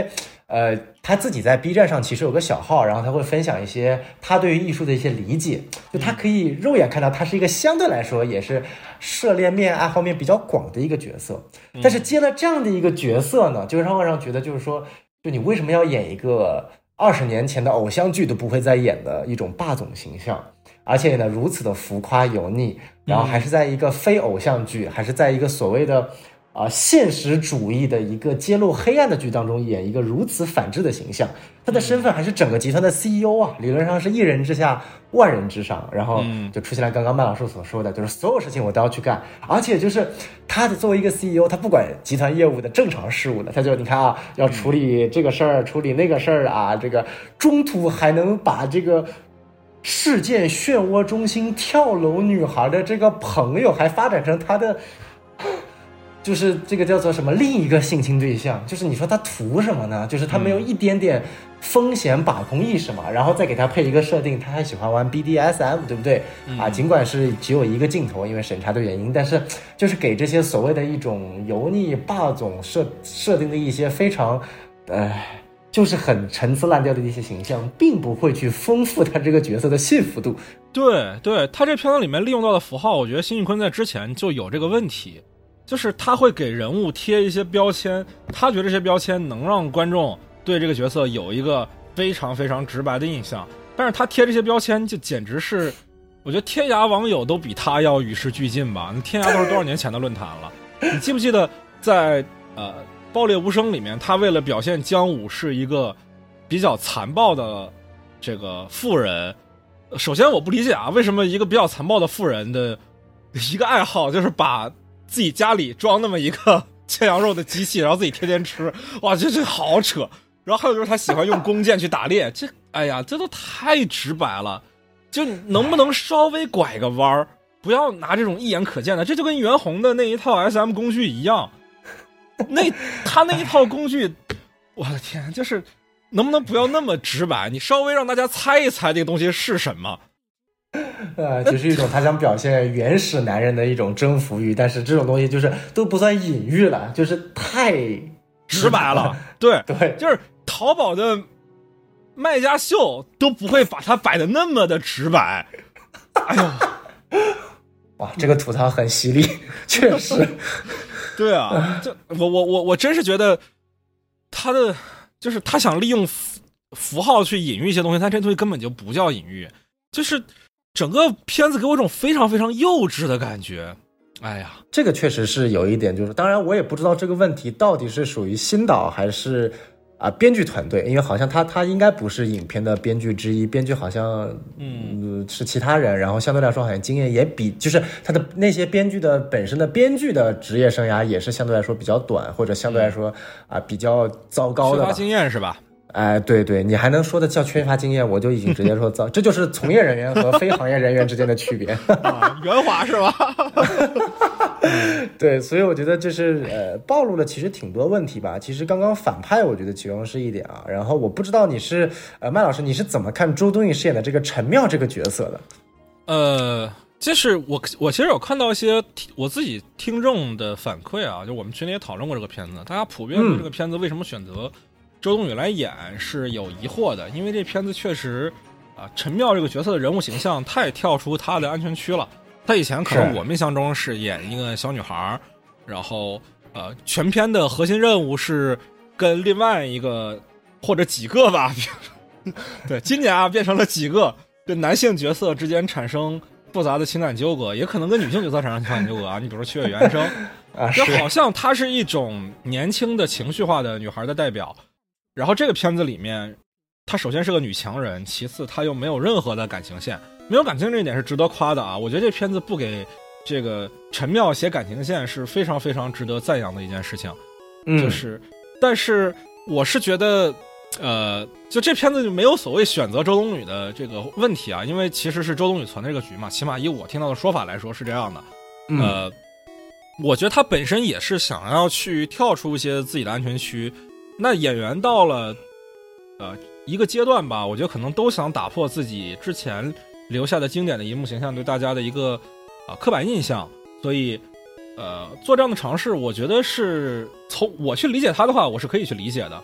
[SPEAKER 1] 他自己在 B 站上其实有个小号，然后他会分享一些他对于艺术的一些理解，就他可以肉眼看到他是一个相对来说也是涉猎面爱好面比较广的一个角色，但是接了这样的一个角色呢，就让人觉得就是说，就你为什么要演一个20年前的偶像剧都不会再演的一种霸总形象，而且呢如此的浮夸油腻，然后还是在一个非偶像剧，还是在一个所谓的现实主义的一个揭露黑暗的剧当中演一个如此反智的形象，他的身份还是整个集团的 CEO 啊，理论上是一人之下万人之上，然后就出现了刚刚麦老师所说的，就是所有事情我都要去干，而且就是他作为一个 CEO， 他不管集团业务的正常事务的，他就你看啊，要处理这个事儿，处理那个事儿啊，这个中途还能把这个事件漩涡中心跳楼女孩的这个朋友还发展成他的就是这个叫做什么另一个性侵对象，就是你说他图什么呢？就是他没有一点点风险把控意识嘛，然后再给他配一个设定，他还喜欢玩 BDSM， 对不对？尽管是只有一个镜头，因为审查的原因，但是就是给这些所谓的一种油腻霸总设定的一些非常就是很陈词滥调的一些形象，并不会去丰富他这个角色的幸福度。
[SPEAKER 2] 对，他这片子里面利用到的符号，我觉得辛玉坤在之前就有这个问题，就是他会给人物贴一些标签，他觉得这些标签能让观众对这个角色有一个非常非常直白的印象，但是他贴这些标签就简直是，我觉得天涯网友都比他要与时俱进吧。天涯都是多少年前的论坛了，你记不记得在爆裂无声里面，他为了表现姜武是一个比较残暴的这个富人，首先我不理解啊，为什么一个比较残暴的富人的一个爱好就是把自己家里装那么一个切羊肉的机器，然后自己天天吃，哇，这好扯。然后还有就是他喜欢用弓箭去打猎，这哎呀，这都太直白了，就能不能稍微拐个弯儿，不要拿这种一眼可见的，这就跟袁弘的那一套 SM 工具一样。他那一套工具，我的天，就是能不能不要那么直白？你稍微让大家猜一猜这个东西是什么？
[SPEAKER 1] 就是一种他想表现原始男人的一种征服欲，但是这种东西就是都不算隐喻了，就是太
[SPEAKER 2] 直白了。对，
[SPEAKER 1] 就是
[SPEAKER 2] 淘宝的卖家秀都不会把它摆的那么的直白。哎呦，
[SPEAKER 1] 哇，这个吐槽很犀利，确实。
[SPEAKER 2] 对啊，这我真是觉得他的就是他想利用符号去隐喻一些东西，但这东西根本就不叫隐喻，就是整个片子给我一种非常非常幼稚的感觉。哎呀，
[SPEAKER 1] 这个确实是有一点，就是当然我也不知道这个问题到底是属于新导还是编剧团队，因为好像他应该不是影片的编剧之一，编剧好像是其他人，然后相对来说好像经验也比就是他的那些编剧的本身的编剧的职业生涯也是相对来说比较短，或者相对来说比较糟糕的，
[SPEAKER 2] 缺乏经验是吧？
[SPEAKER 1] 对，你还能说的叫缺乏经验，我就已经直接说糟，这就是从业人员和非行业人员之间的区别。
[SPEAKER 2] 圆滑是吧？
[SPEAKER 1] 对，所以我觉得就是暴露了其实挺多问题吧。其实刚刚反派我觉得其中是一点啊，然后我不知道你是麦老师你是怎么看周冬雨饰演的这个陈妙这个角色
[SPEAKER 2] 的？就是我其实有看到一些我自己听众的反馈啊，就我们群里也讨论过这个片子，大家普遍对这个片子为什么选择周冬雨来演是有疑惑的，因为这片子确实陈妙这个角色的人物形象太跳出他的安全区了。他以前可能我们印象中是演一个小女孩，然后全片的核心任务是跟另外一个或者几个吧，对，今年变成了几个跟男性角色之间产生复杂的情感纠葛，也可能跟女性角色产生情感纠葛啊。你比如说七月原生就好像她是一种年轻的情绪化的女孩的代表。然后这个片子里面，她首先是个女强人，其次她又没有任何的感情线。没有感情这一点是值得夸的啊！我觉得这片子不给这个陈妙写感情线是非常非常值得赞扬的一件事情。就是，但是我是觉得，就这片子就没有所谓选择周冬雨的这个问题啊，因为其实是周冬雨传的这个局嘛，起码以我听到的说法来说是这样的。我觉得他本身也是想要去跳出一些自己的安全区。那演员到了一个阶段吧，我觉得可能都想打破自己之前留下的经典的银幕形象对大家的一个刻板印象，所以做这样的尝试，我觉得是从我去理解他的话，我是可以去理解的。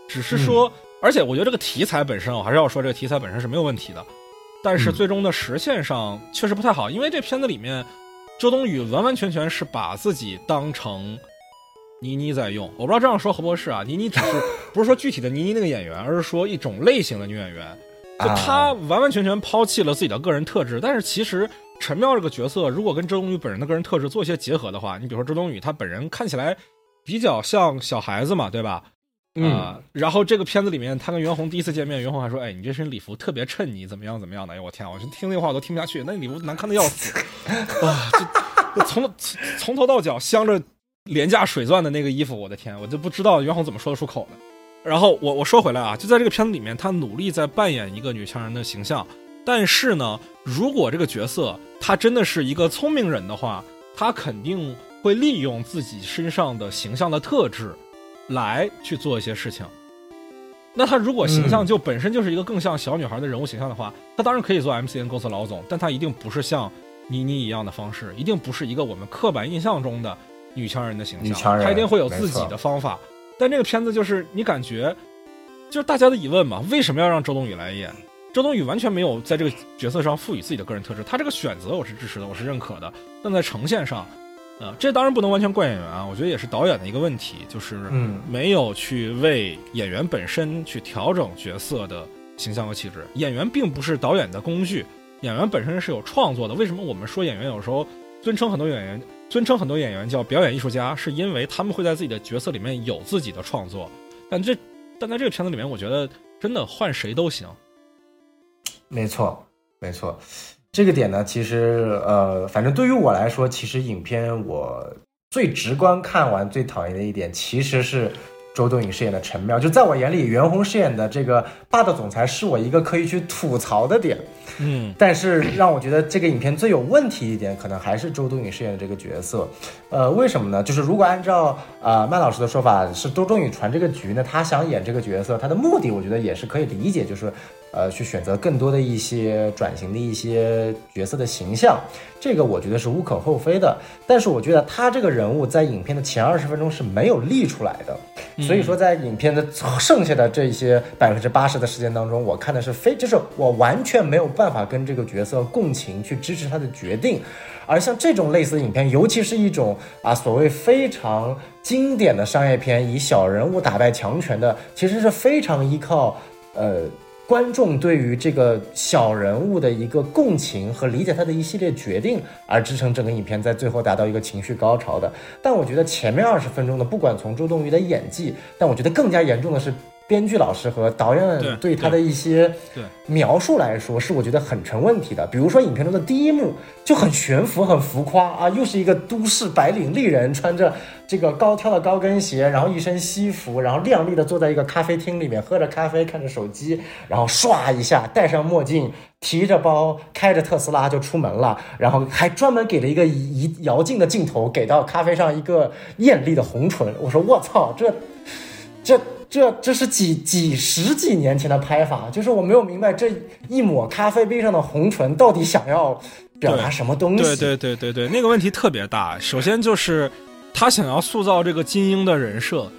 [SPEAKER 2] 只是说，而且我觉得这个题材本身，我还是要说这个题材本身是没有问题的，但是最终的实现上确实不太好，因为这片子里面周冬雨完完全全是把自己当成倪妮在用。我不知道这样说合不合适啊？倪妮只是不是说具体的倪妮那个演员，而是说一种类型的女演员，就她完完全全抛弃了自己的个人特质。但是其实陈妙这个角色如果跟周冬雨本人的个人特质做一些结合的话，你比如说周冬雨她本人看起来比较像小孩子嘛，对吧？然后这个片子里面，他跟袁弘第一次见面，袁弘还说：“哎，你这身礼服特别衬你，怎么样怎么样的？”哎，我天，我听那话我都听不下去，那礼服难看的要死啊！就从头到脚镶着廉价水钻的那个衣服，我的天，我就不知道袁弘怎么说得出口的。然后我说回来啊，就在这个片子里面，他努力在扮演一个女强人的形象，但是呢，如果这个角色他真的是一个聪明人的话，他肯定会利用自己身上的形象的特质来去做一些事情。那他如果形象就本身就是一个更像小女孩的人物形象的话，他当然可以做 MCN 公司老总，但他一定不是像倪妮一样的方式，一定不是一个我们刻板印象中的女强人的形象，他一定会有自己的方法。但这个片子就是你感觉就是大家的疑问嘛，为什么要让周冬雨来演？周冬雨完全没有在这个角色上赋予自己的个人特质，他这个选择我是支持的，我是认可的，但在呈现上这当然不能完全怪演员啊，我觉得也是导演的一个问题，就是没有去为演员本身去调整角色的形象和气质。演员并不是导演的工具，演员本身是有创作的。为什么我们说演员有时候尊称很多演员叫表演艺术家，是因为他们会在自己的角色里面有自己的创作。但在这个片子里面，我觉得真的换谁都行。
[SPEAKER 1] 没错，没错。这个点呢，其实反正对于我来说，其实影片我最直观看完最讨厌的一点，其实是周冬雨饰演的陈妙。就在我眼里，袁弘饰演的这个霸道总裁是我一个可以去吐槽的点。但是让我觉得这个影片最有问题一点，可能还是周冬雨饰演的这个角色。为什么呢？就是如果按照曼老师的说法，是周冬雨传这个局呢，他想演这个角色，他的目的我觉得也是可以理解，就是去选择更多的一些转型的一些角色的形象，这个我觉得是无可厚非的。但是我觉得他这个人物在影片的前20分钟是没有立出来的，所以说在影片的剩下的这些80%的时间当中，我看的是就是我完全没有办法跟这个角色共情，去支持他的决定。而像这种类似的影片，尤其是一种所谓非常经典的商业片，以小人物打败强权的，其实是非常依靠观众对于这个小人物的一个共情和理解他的一系列决定而支撑整个影片在最后达到一个情绪高潮的。但我觉得前面20分钟的，不管从周冬雨的演技，但我觉得更加严重的是编剧老师和导演对他的一些描述来说，是我觉得很成问题的。比如说影片中的第一幕就很悬浮很浮夸又是一个都市白领丽人，穿着这个高挑的高跟鞋，然后一身西服，然后靓丽的坐在一个咖啡厅里面喝着咖啡看着手机，然后唰一下戴上墨镜，提着包开着特斯拉就出门了，然后还专门给了一个摇镜的镜头给到咖啡上一个艳丽的红唇。我说我操，这是十几年前的拍法，就是我没有明白这一抹咖啡杯上的红唇到底想要表达什么东西。
[SPEAKER 2] 对，那个问题特别大。首先就是他想要塑造这个精英的人设，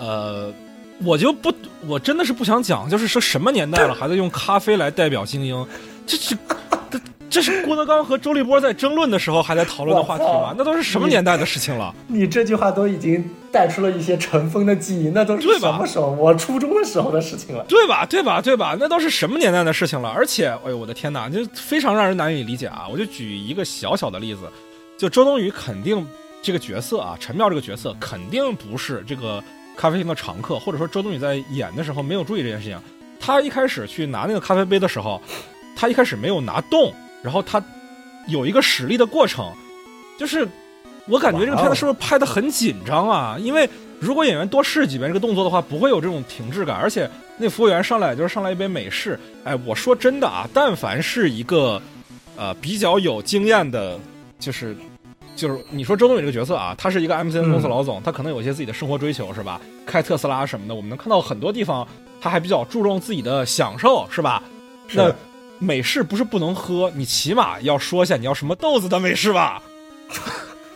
[SPEAKER 2] 我真的是不想讲，就是说什么年代了还在用咖啡来代表精英，这是郭德纲和周立波在争论的时候还在讨论的话题吗？那都是什么年代的事情了？你
[SPEAKER 1] 这句话都已经带出了一些尘封的记忆，那都是什么时候？我初中的时候的事情了，
[SPEAKER 2] 对吧？那都是什么年代的事情了？而且，哎呦我的天哪，就非常让人难以理解啊！我就举一个小小的例子，就周冬雨肯定这个角色陈妙这个角色肯定不是这个咖啡厅的常客，或者说周冬雨在演的时候没有注意这件事情。他一开始去拿那个咖啡杯的时候，他一开始没有拿动。然后他有一个使力的过程，就是我感觉这个片子是不是拍得很紧张啊？因为如果演员多试几遍这个动作的话，不会有这种停滞感。而且那服务员上来就是上来一杯美式，哎，我说真的但凡是一个比较有经验的，就是你说周冬雨这个角色他是一个 MCN 公司老总，他可能有一些自己的生活追求是吧？开特斯拉什么的，我们能看到很多地方他还比较注重自己的享受是吧？那美式不是不能喝，你起码要说一下你要什么豆子的美式吧。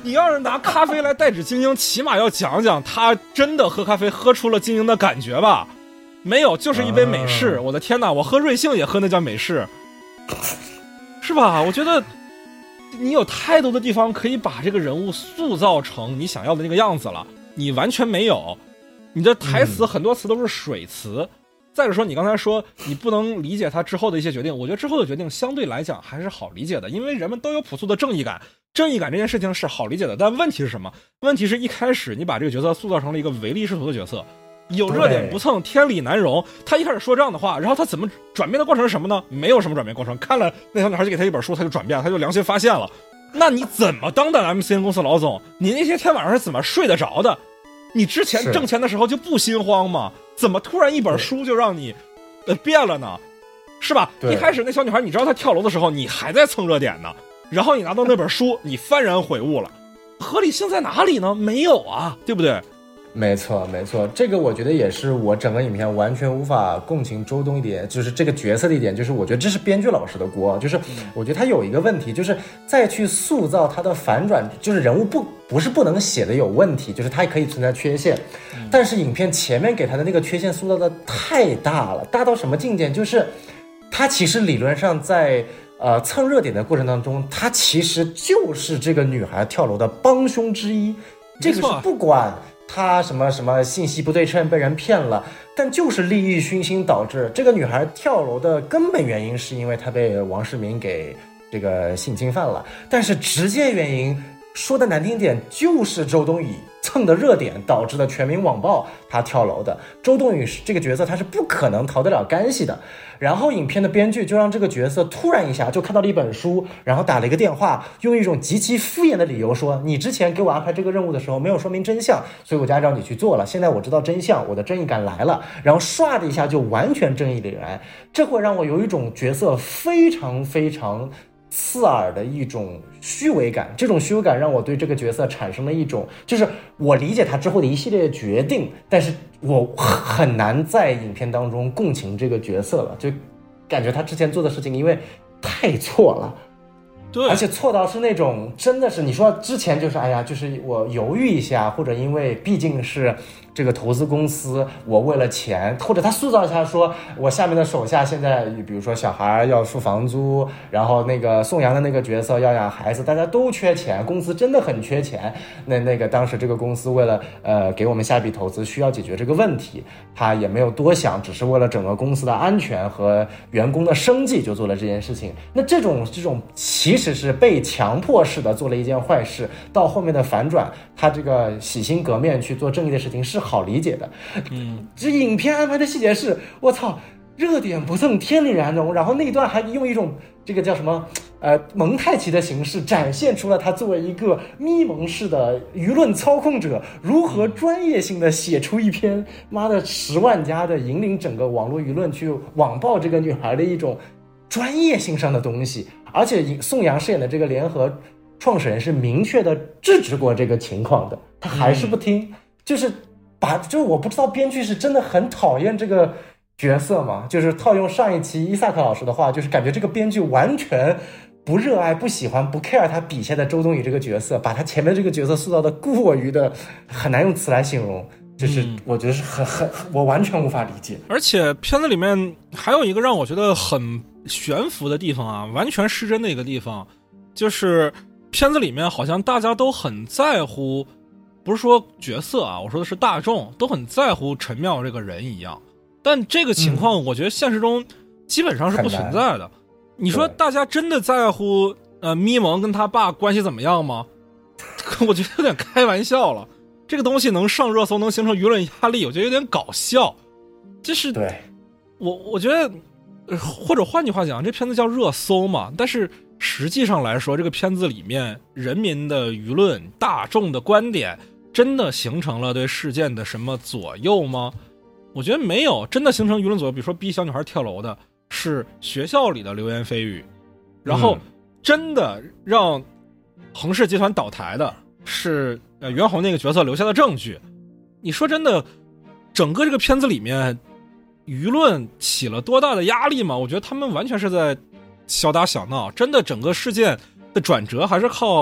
[SPEAKER 2] 你要是拿咖啡来代指精英，起码要讲讲他真的喝咖啡喝出了精英的感觉吧？没有，就是一杯美式。我的天哪，我喝瑞幸也喝那叫美式，是吧？我觉得你有太多的地方可以把这个人物塑造成你想要的那个样子了，你完全没有。你的台词很多词都是水词。再者说，你刚才说你不能理解他之后的一些决定，我觉得之后的决定相对来讲还是好理解的，因为人们都有朴素的正义感，正义感这件事情是好理解的。但问题是什么？问题是一开始你把这个角色塑造成了一个唯利是图的角色，有热点不蹭，天理难容。他一开始说这样的话，然后他怎么转变的过程是什么呢？没有什么转变过程。看了那小女孩就给他一本书，他就转变了，他就良心发现了。那你怎么当的 MCN 公司老总？你那些天晚上是怎么睡得着的？你之前挣钱的时候就不心慌吗？怎么突然一本书就让你变了呢？是吧？一开始那小女孩，你知道她跳楼的时候，你还在蹭热点呢，然后你拿到那本书，你幡然悔悟了，合理性在哪里呢？没有啊，对不对？
[SPEAKER 1] 没错，没错，这个我觉得也是我整个影片完全无法共情周冬一点，就是这个角色的一点，就是我觉得这是编剧老师的锅，就是我觉得他有一个问题，就是再去塑造他的反转，就是人物不是不能写的有问题，就是他可以存在缺陷，但是影片前面给他的那个缺陷塑造的太大了，大到什么境界？就是他其实理论上在蹭热点的过程当中，他其实就是这个女孩跳楼的帮凶之一，这个是不管他什么什么信息不对称被人骗了，但就是利益熏心导致这个女孩跳楼的根本原因是因为她被王世民给这个性侵犯了，但是直接原因说的难听点就是周冬雨蹭的热点导致的全民网暴她跳楼的。周冬雨这个角色她是不可能逃得了干系的，然后影片的编剧就让这个角色突然一下就看到了一本书，然后打了一个电话，用一种极其敷衍的理由说，你之前给我安排这个任务的时候没有说明真相，所以我就按照你去做了，现在我知道真相，我的正义感来了，然后唰的一下就完全正义的来，这会让我有一种角色非常非常刺耳的一种虚伪感，这种虚伪感让我对这个角色产生了一种，就是我理解他之后的一系列决定，但是我很难在影片当中共情这个角色了，就感觉他之前做的事情因为太错了，
[SPEAKER 2] 对，
[SPEAKER 1] 而且错到是那种真的是你说之前就是哎呀，就是我犹豫一下，或者因为毕竟是这个投资公司，我为了钱，或者他塑造一下说我下面的手下现在比如说小孩要付房租，然后那个宋阳的那个角色要养孩子，大家都缺钱，公司真的很缺钱，那个当时这个公司为了给我们下笔投资需要解决这个问题，他也没有多想，只是为了整个公司的安全和员工的生计就做了这件事情。那这种其实是被强迫式的做了一件坏事，到后面的反转他这个洗心革面去做正义的事情是好理解的。这影片安排的细节是我操，热点不蹭天理难容，然后那一段还用一种这个叫什么蒙太奇的形式展现出了他作为一个咪蒙式的舆论操控者如何专业性的写出一篇妈的10万加的引领整个网络舆论去网暴这个女孩的一种专业性上的东西。而且宋阳饰演的这个联合创始人是明确的制止过这个情况的，他还是不听，就是我不知道编剧是真的很讨厌这个角色嘛，就是套用上一期伊萨克老师的话，就是感觉这个编剧完全不热爱、不喜欢、不 care 他笔下的周冬雨这个角色，把他前面这个角色塑造的过于的很难用词来形容，就是我觉得是我完全无法理解。
[SPEAKER 2] 而且片子里面还有一个让我觉得很悬浮的地方啊，完全失真的一个地方，就是片子里面好像大家都很在乎，不是说角色啊，我说的是大众都很在乎陈妙这个人一样，但这个情况我觉得现实中基本上是不存在的。你说大家真的在乎咪蒙跟他爸关系怎么样吗？我觉得有点开玩笑了。这个东西能上热搜，能形成舆论压力，我觉得有点搞笑。就是
[SPEAKER 1] 对
[SPEAKER 2] 我觉得或者换句话讲，这片子叫热搜嘛，但是实际上来说，这个片子里面人民的舆论、大众的观点真的形成了对事件的什么左右吗？我觉得没有。真的形成舆论左右，比如说逼小女孩跳楼的是学校里的流言蜚语，然后真的让恒氏集团倒台的是袁弘那个角色留下的证据。你说真的，整个这个片子里面舆论起了多大的压力吗？我觉得他们完全是在小打小闹。真的整个事件的转折还是靠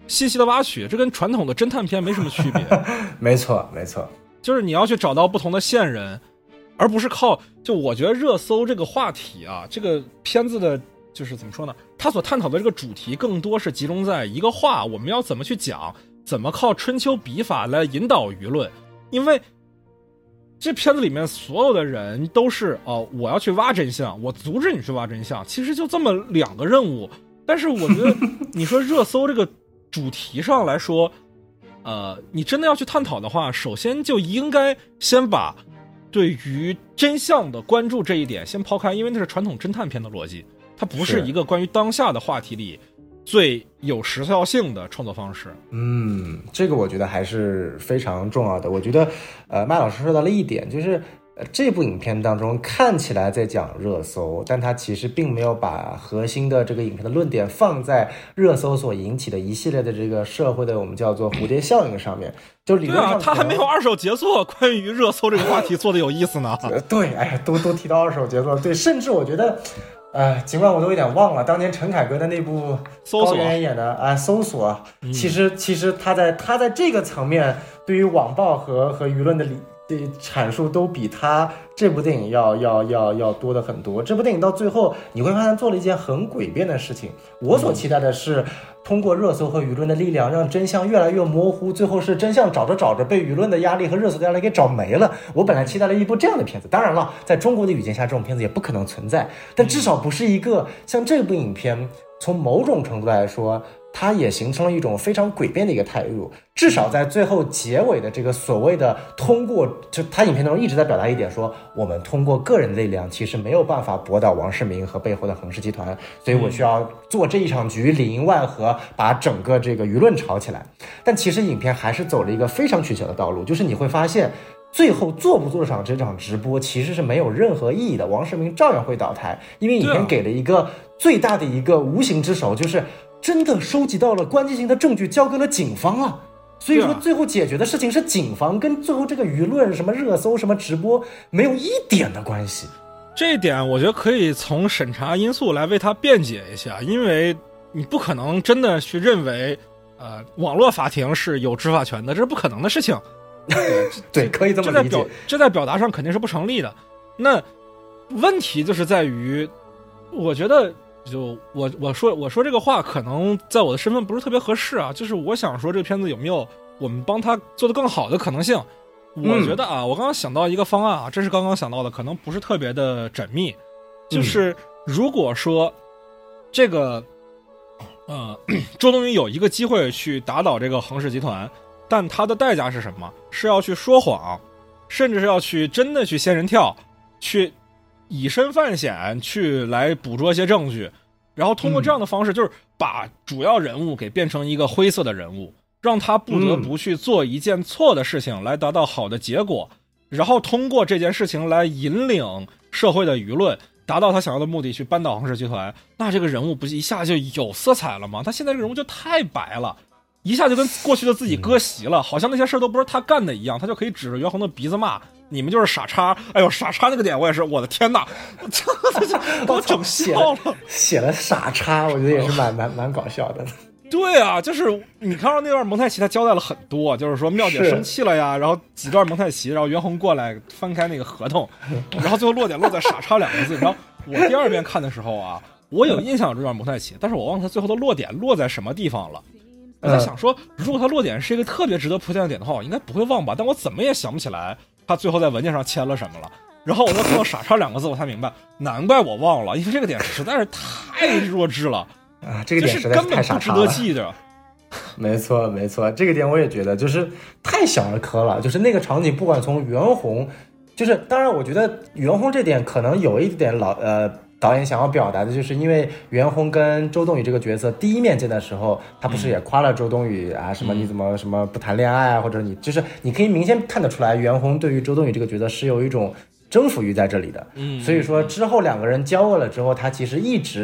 [SPEAKER 2] 信息的挖取，这跟传统的侦探片没什么区别。
[SPEAKER 1] 没错没错，
[SPEAKER 2] 就是你要去找到不同的线人，而不是靠就我觉得热搜这个话题啊，这个片子的就是怎么说呢？他所探讨的这个主题更多是集中在一个话，我们要怎么去讲，怎么靠春秋笔法来引导舆论。因为这片子里面所有的人都是我要去挖真相，我阻止你去挖真相，其实就这么两个任务。但是我觉得你说热搜这个主题上来说，你真的要去探讨的话，首先就应该先把对于真相的关注这一点先抛开，因为那是传统侦探片的逻辑，它不是一个关于当下的话题里最有时效性的创作方式。
[SPEAKER 1] 这个我觉得还是非常重要的。我觉得麦老师说到了一点，就是这部影片当中看起来在讲热搜，但它其实并没有把核心的这个影片的论点放在热搜所引起的一系列的这个社会的我们叫做蝴蝶效应上面。就理论上，
[SPEAKER 2] 他还没有二手杰作关于热搜这个话题做的有意思呢。
[SPEAKER 1] 对，哎呀，都提到二手杰作，对，甚至我觉得。尽管我都有点忘了当年陈凯歌的那部高圆演的搜索，其实他在这个层面对于网暴和舆论的阐述都比他这部电影要多的很多。这部电影到最后你会发现做了一件很诡辩的事情。我所期待的是通过热搜和舆论的力量让真相越来越模糊，最后是真相找着被舆论的压力和热搜的压力给找没了。我本来期待了一部这样的片子，当然了，在中国的语境下这种片子也不可能存在，但至少不是一个像这部影片从某种程度来说它也形成了一种非常诡辩的一个态度。至少在最后结尾的这个所谓的通过，就他影片当中一直在表达一点说，我们通过个人的力量其实没有办法驳倒王世明和背后的恒氏集团，所以我需要做这一场局，里应外合，把整个这个舆论炒起来。但其实影片还是走了一个非常取巧的道路，就是你会发现最后做不做这场直播其实是没有任何意义的，王世明照样会倒台，因为影片给了一个最大的一个无形之手，就是真的收集到了关键性的证据，交给了警方了。所以说最后解决的事情是警方，跟最后这个舆论什么热搜什么直播没有一点的关系。
[SPEAKER 2] 这一点我觉得可以从审查因素来为他辩解一下，因为你不可能真的去认为网络法庭是有执法权的，这是不可能的事情。
[SPEAKER 1] 对，可以这么理解。
[SPEAKER 2] 这在表达上肯定是不成立的。那问题就是在于，我觉得就我说这个话可能在我的身份不是特别合适啊，就是我想说这个片子有没有我们帮他做得更好的可能性。我觉得我刚刚想到一个方案这是刚刚想到的，可能不是特别的缜密，就是如果说这个周冬雨有一个机会去打倒这个恒氏集团，但他的代价是什么？是要去说谎，甚至是要去真的去仙人跳，去以身犯险，去来捕捉一些证据，然后通过这样的方式，就是把主要人物给变成一个灰色的人物，让他不得不去做一件错的事情来达到好的结果，然后通过这件事情来引领社会的舆论，达到他想要的目的，去扳倒恒氏集团。那这个人物不一下就有色彩了吗？他现在这个人物就太白了，一下就跟过去的自己割席了，好像那些事都不是他干的一样，他就可以指着袁弘的鼻子骂你们就是傻叉。哎呦，傻叉那个点我也是，我的天哪，我整笑了，
[SPEAKER 1] 写了傻叉，我觉得也是蛮搞笑的。
[SPEAKER 2] 对啊，就是你看到那段蒙太奇他交代了很多，就是说妙姐生气了呀，然后几段蒙太奇，然后袁弘过来翻开那个合同，然后最后落点落在傻叉两个字。然后我第二遍看的时候我有印象这段蒙太奇，但是我忘了他最后的落点落在什么地方了。我在想说，如果他落点是一个特别值得铺垫的点的话，我应该不会忘吧，但我怎么也想不起来他最后在文件上签了什么了。然后我再看到傻叉两个字，我才明白，难怪我忘了，因为这个点实在是太弱智了
[SPEAKER 1] 这个点实在是太傻叉了，
[SPEAKER 2] 根本不值得记着。
[SPEAKER 1] 没错没错，这个点我也觉得就是太小儿科了。就是那个场景，不管从袁弘，就是当然我觉得袁弘这点可能有一点导演想要表达的，就是因为袁弘跟周冬雨这个角色第一面见的时候，他不是也夸了周冬雨什么你怎么什么不谈恋爱或者你就是你可以明显看得出来，袁弘对于周冬雨这个角色是有一种征服欲在这里的。所以说之后两个人交恶了之后，他其实一直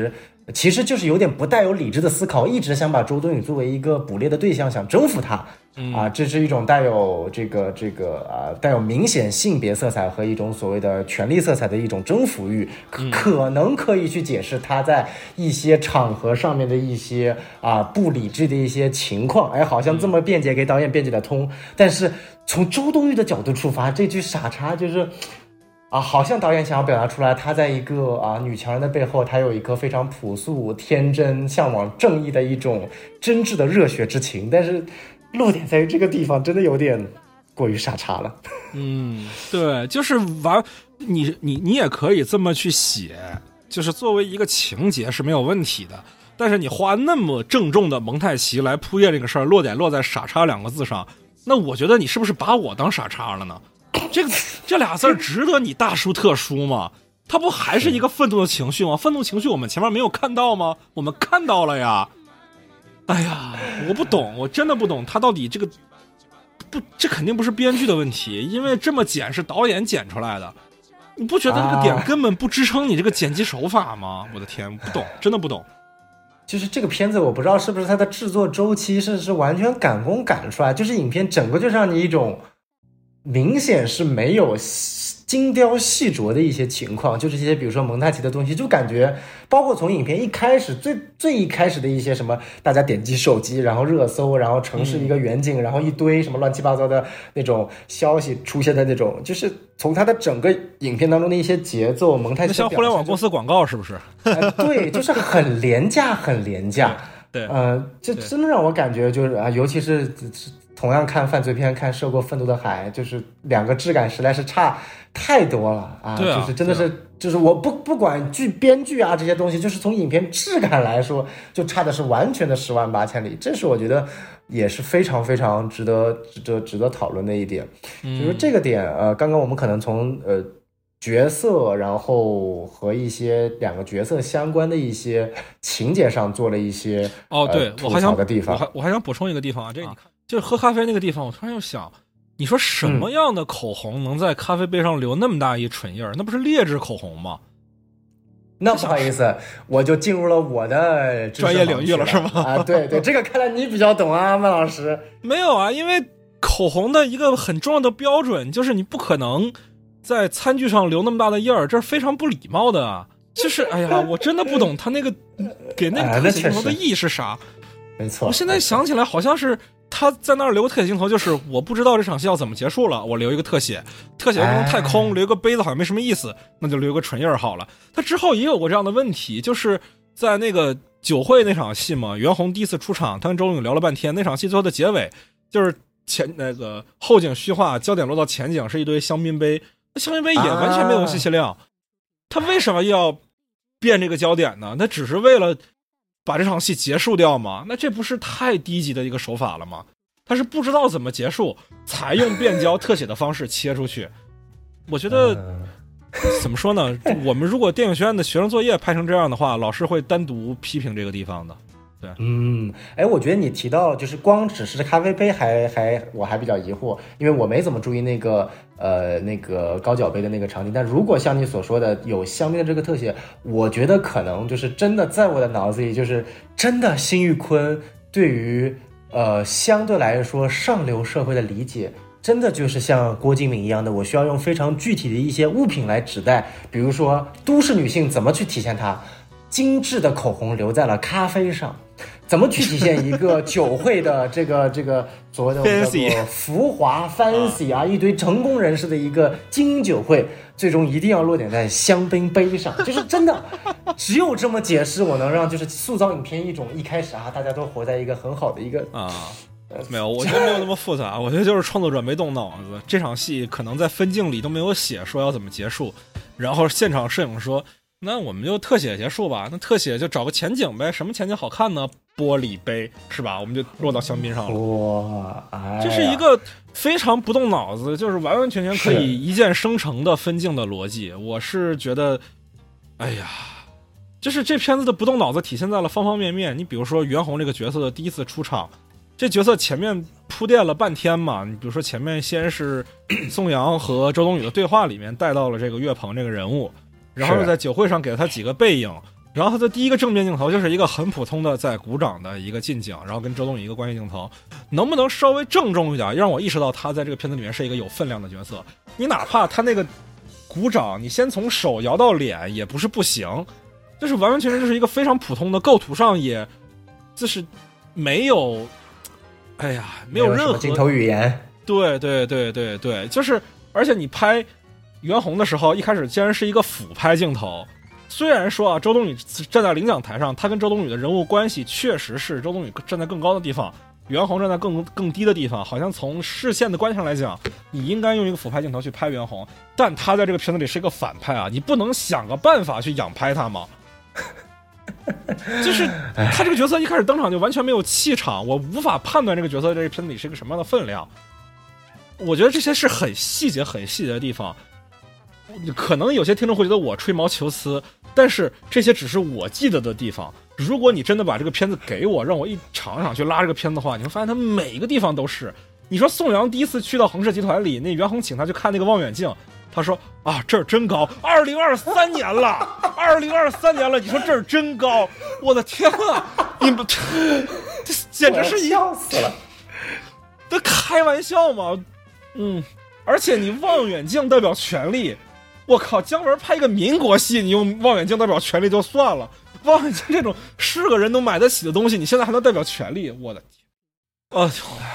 [SPEAKER 1] 其实就是有点不带有理智的思考，一直想把周冬雨作为一个捕猎的对象，想征服她。这是一种带有带有明显性别色彩和一种所谓的权力色彩的一种征服欲，可能可以去解释他在一些场合上面的一些不理智的一些情况，好像这么辩解给导演辩解得通。但是从周冬雨的角度出发，这句傻叉就是好像导演想要表达出来，他在一个女强人的背后，他有一颗非常朴素、天真、向往正义的一种真挚的热血之情，但是落点在于这个地方真的有点过于傻叉了。
[SPEAKER 2] 对，就是你也可以这么去写，就是作为一个情节是没有问题的，但是你花那么郑重的蒙太奇来铺垫这个事儿，落点落在傻叉2个字上，那我觉得你是不是把我当傻叉了呢？这俩字值得你大书特书吗？它不还是一个愤怒的情绪吗？愤怒情绪我们前面没有看到吗？我们看到了呀。哎呀，我不懂，我真的不懂他到底这肯定不是编剧的问题，因为这么剪是导演剪出来的，你不觉得这个点根本不支撑你这个剪辑手法吗？我的天，不懂，真的不懂。
[SPEAKER 1] 就是这个片子，我不知道是不是它的制作周期是完全赶工赶出来，就是影片整个就让你一种明显是没有精雕细琢的一些情况，就是这些比如说蒙太奇的东西，就感觉包括从影片一开始最一开始的一些什么大家点击手机然后热搜，然后城市一个远景，然后一堆什么乱七八糟的那种消息出现的那种，就是从它的整个影片当中的一些节奏，蒙太奇
[SPEAKER 2] 像互联网公司广告是不是？
[SPEAKER 1] 对，就是很廉价很廉价。
[SPEAKER 2] 对，
[SPEAKER 1] 这真的让我感觉就是尤其是同样看犯罪片看涉过愤怒的海，就是两个质感实在是差太多了就是真的是就是我不管编剧这些东西，就是从影片质感来说就差的是完全的10万8千里，这是我觉得也是非常非常值得讨论的一点。就是这个点刚刚我们可能从角色然后和一些两个角色相关的一些情节上做了一些
[SPEAKER 2] 对，
[SPEAKER 1] 吐槽的地方。
[SPEAKER 2] 我还想补充一个地方这你看就是喝咖啡那个地方，我突然又想，你说什么样的口红能在咖啡杯上留那么大一唇印那不是劣质口红吗？
[SPEAKER 1] 那不好意思，我就进入了我的
[SPEAKER 2] 专业领域了，是吗？
[SPEAKER 1] 对，这个看来你比较懂曼老师。
[SPEAKER 2] 没有因为口红的一个很重要的标准就是你不可能在餐具上留那么大的印儿，这是非常不礼貌的就是我真的不懂他那个给那个特写镜头的意义是啥。
[SPEAKER 1] 没错，
[SPEAKER 2] 我现在想起来好像是他在那儿留个特写镜头，就是我不知道这场戏要怎么结束了，我留一个特写不能太空，留个杯子好像没什么意思，那就留个唇印好了。他之后也有过这样的问题，就是在那个酒会那场戏嘛，袁弘第一次出场，他跟周冬雨聊了半天，那场戏最后的结尾就是那个后景虚化，焦点落到前景是一堆香槟杯，那香槟杯也完全没有信息量，他为什么要变这个焦点呢？那只是为了把这场戏结束掉吗？那这不是太低级的一个手法了吗？他是不知道怎么结束，才用变焦特写的方式切出去。我觉得怎么说呢？我们如果电影学院的学生作业拍成这样的话，老师会单独批评这个地方的。对，
[SPEAKER 1] 我觉得你提到就是光只是咖啡杯我还比较疑惑，因为我没怎么注意那个高脚杯的那个场景。但如果像你所说的有香槟的这个特写，我觉得可能就是真的在我的脑子里，就是真的辛玉坤对于相对来说上流社会的理解，真的就是像郭敬明一样的，我需要用非常具体的一些物品来指代，比如说都市女性怎么去体现它，精致的口红留在了咖啡上，怎么去体现一个酒会的这个所谓的叫做浮华 fancy 一堆成功人士的一个精英酒会，最终一定要落点在香槟杯上，就是真的只有这么解释，我能让就是塑造影片一种一开始大家都活在一个很好的一个
[SPEAKER 2] 没有，我觉得没有那么复杂，我觉得就是创作者没动脑子，这场戏可能在分镜里都没有写说要怎么结束，然后现场摄影说那我们就特写结束吧，那特写就找个前景呗，什么前景好看呢？玻璃杯是吧？我们就落到香槟上了。
[SPEAKER 1] 哇，
[SPEAKER 2] 这是一个非常不动脑子，就是完完全全可以一键生成的分镜的逻辑。我是觉得，就是这片子的不动脑子体现在了方方面面。你比如说袁弘这个角色的第一次出场，这角色前面铺垫了半天嘛，你比如说前面先是宋阳和周冬雨的对话里面带到了这个岳鹏这个人物。然后在酒会上给了他几个背影， 然后他的第一个正面镜头就是一个很普通的在鼓掌的一个近景，然后跟周冬雨一个关系镜头，能不能稍微郑重一点，让我意识到他在这个片子里面是一个有分量的角色？你哪怕他那个鼓掌，你先从手摇到脸也不是不行，就是完完全全就是一个非常普通的构图上也，就是没有，哎呀，没有任何
[SPEAKER 1] 镜头语言。
[SPEAKER 2] 对，就是而且你拍袁弘的时候，一开始竟然是一个俯拍镜头。虽然说啊，周冬雨站在领奖台上，他跟周冬雨的人物关系确实是周冬雨站在更高的地方，袁弘站在更低的地方，好像从视线的关系上来讲，你应该用一个俯拍镜头去拍袁弘，但他在这个片子里是一个反派啊，你不能想个办法去仰拍他吗？就是他这个角色一开始登场就完全没有气场，我无法判断这个角色在这个片子里是一个什么样的分量。我觉得这些是很细节的地方，可能有些听众会觉得我吹毛求疵，但是这些只是我记得的地方。如果你真的把这个片子给我，让我一场场去拉这个片子的话，你会发现它每一个地方都是。你说宋阳第一次去到恒氏集团里，那袁弘请他去看那个望远镜，他说啊，这儿真高，2023年了，2023年了，你说这儿真高，我的天啊，你们这简直是
[SPEAKER 1] 笑死了，
[SPEAKER 2] 这开玩笑吗？而且你望远镜代表权力，我靠，姜文拍一个民国戏，你用望远镜代表权力就算了，望远镜这种是个人都买得起的东西，你现在还能代表权力，我的天！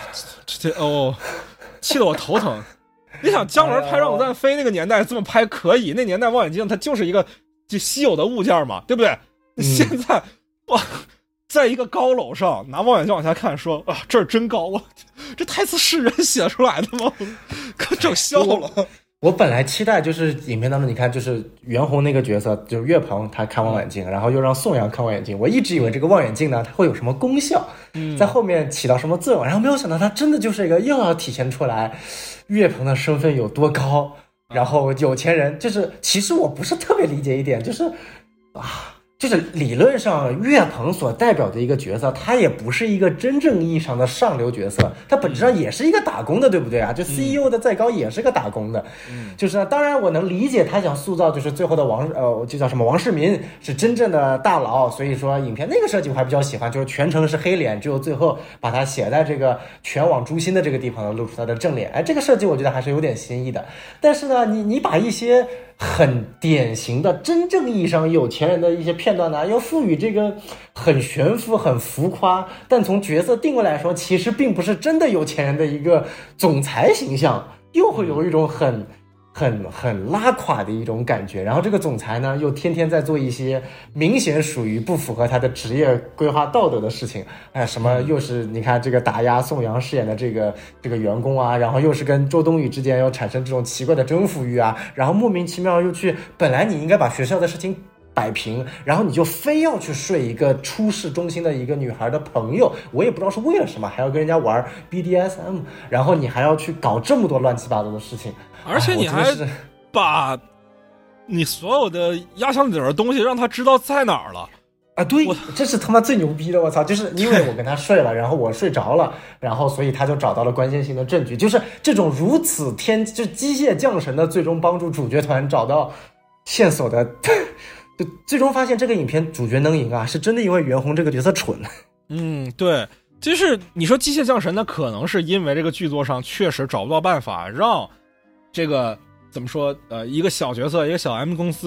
[SPEAKER 2] 气得我头疼。你想姜文拍《让子弹飞》那个年代这么拍可以，那年代望远镜它就是一个就稀有的物件嘛，对不对？现在哇，在一个高楼上拿望远镜往下看，说啊这儿真高，我这台词是人写出来的吗？可整笑了。
[SPEAKER 1] 我本来期待就是影片当中，你看就是袁弘那个角色，就是岳鹏他看望远镜，然后又让宋阳看望远镜。我一直以为这个望远镜呢，它会有什么功效，在后面起到什么作用，然后没有想到它真的就是一个又要体现出来岳鹏的身份有多高，然后有钱人。就是其实我不是特别理解一点，就是就是理论上岳鹏所代表的一个角色，他也不是一个真正意义上的上流角色，他本质上也是一个打工的，对不对啊？就 CEO 的再高也是个打工的。就是当然我能理解他想塑造就是最后的就叫什么王世民是真正的大佬，所以说影片那个设计我还比较喜欢，就是全程是黑脸，只有最后把他写在这个全网诛心的这个地方露出他的正脸。这个设计我觉得还是有点新意的。但是呢，你把一些很典型的真正意义上有钱人的一些片段呢，又赋予这个很玄乎很浮夸，但从角色定位来说其实并不是真的有钱人的一个总裁形象，又会有一种很拉垮的一种感觉。然后这个总裁呢又天天在做一些明显属于不符合他的职业规划道德的事情，什么又是你看这个打压宋阳饰演的这个员工啊，然后又是跟周冬雨之间又产生这种奇怪的征服欲啊，然后莫名其妙又去本来你应该把学校的事情摆平，然后你就非要去睡一个出世中心的一个女孩的朋友，我也不知道是为了什么，还要跟人家玩 BDSM， 然后你还要去搞这么多乱七八糟的事情，
[SPEAKER 2] 而且你还把你所有的压箱底儿的东西让他知道在哪儿了
[SPEAKER 1] 啊！对，这是他妈最牛逼的，我操！就是因为我跟他睡了，然后我睡着了，然后所以他就找到了关键性的证据，就是这种如此就机械降神的，最终帮助主角团找到线索的。就最终发现这个影片主角能赢啊，是真的因为袁弘这个角色蠢。
[SPEAKER 2] 对，就是你说机械降神，那可能是因为这个剧作上确实找不到办法让这个怎么说一个小角色，一个小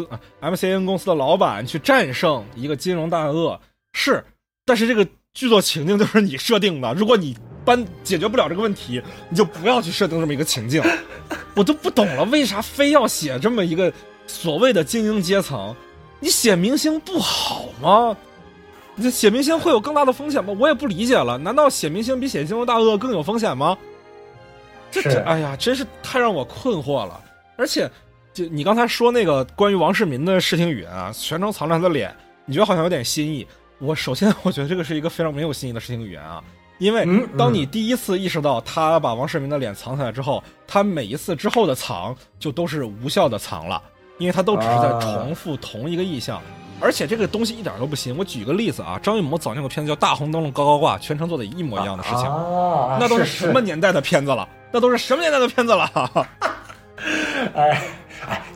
[SPEAKER 2] MCN 公司的老板去战胜一个金融大鳄，是，但是这个剧作情境就是你设定的，如果你解决不了这个问题，你就不要去设定这么一个情境。我都不懂了，为啥非要写这么一个所谓的精英阶层？你写明星不好吗？你写明星会有更大的风险吗？我也不理解了，难道写明星比写金融大鳄更有风险吗？哎呀，真是太让我困惑了。而且就你刚才说那个关于王世民的视听语言啊，全程藏着他的脸，你觉得好像有点新意。首先我觉得这个是一个非常没有新意的视听语言啊，因为当你第一次意识到他把王世民的脸藏起来之后，他每一次之后的藏就都是无效的藏了，因为他都只是在重复同一个意象，而且这个东西一点都不新。我举个例子啊，张艺谋早年有个片子叫《大红灯笼高高挂》，全程做的一模一样的事情，那都是什么年代的片子了？那都是什么年代的片子了？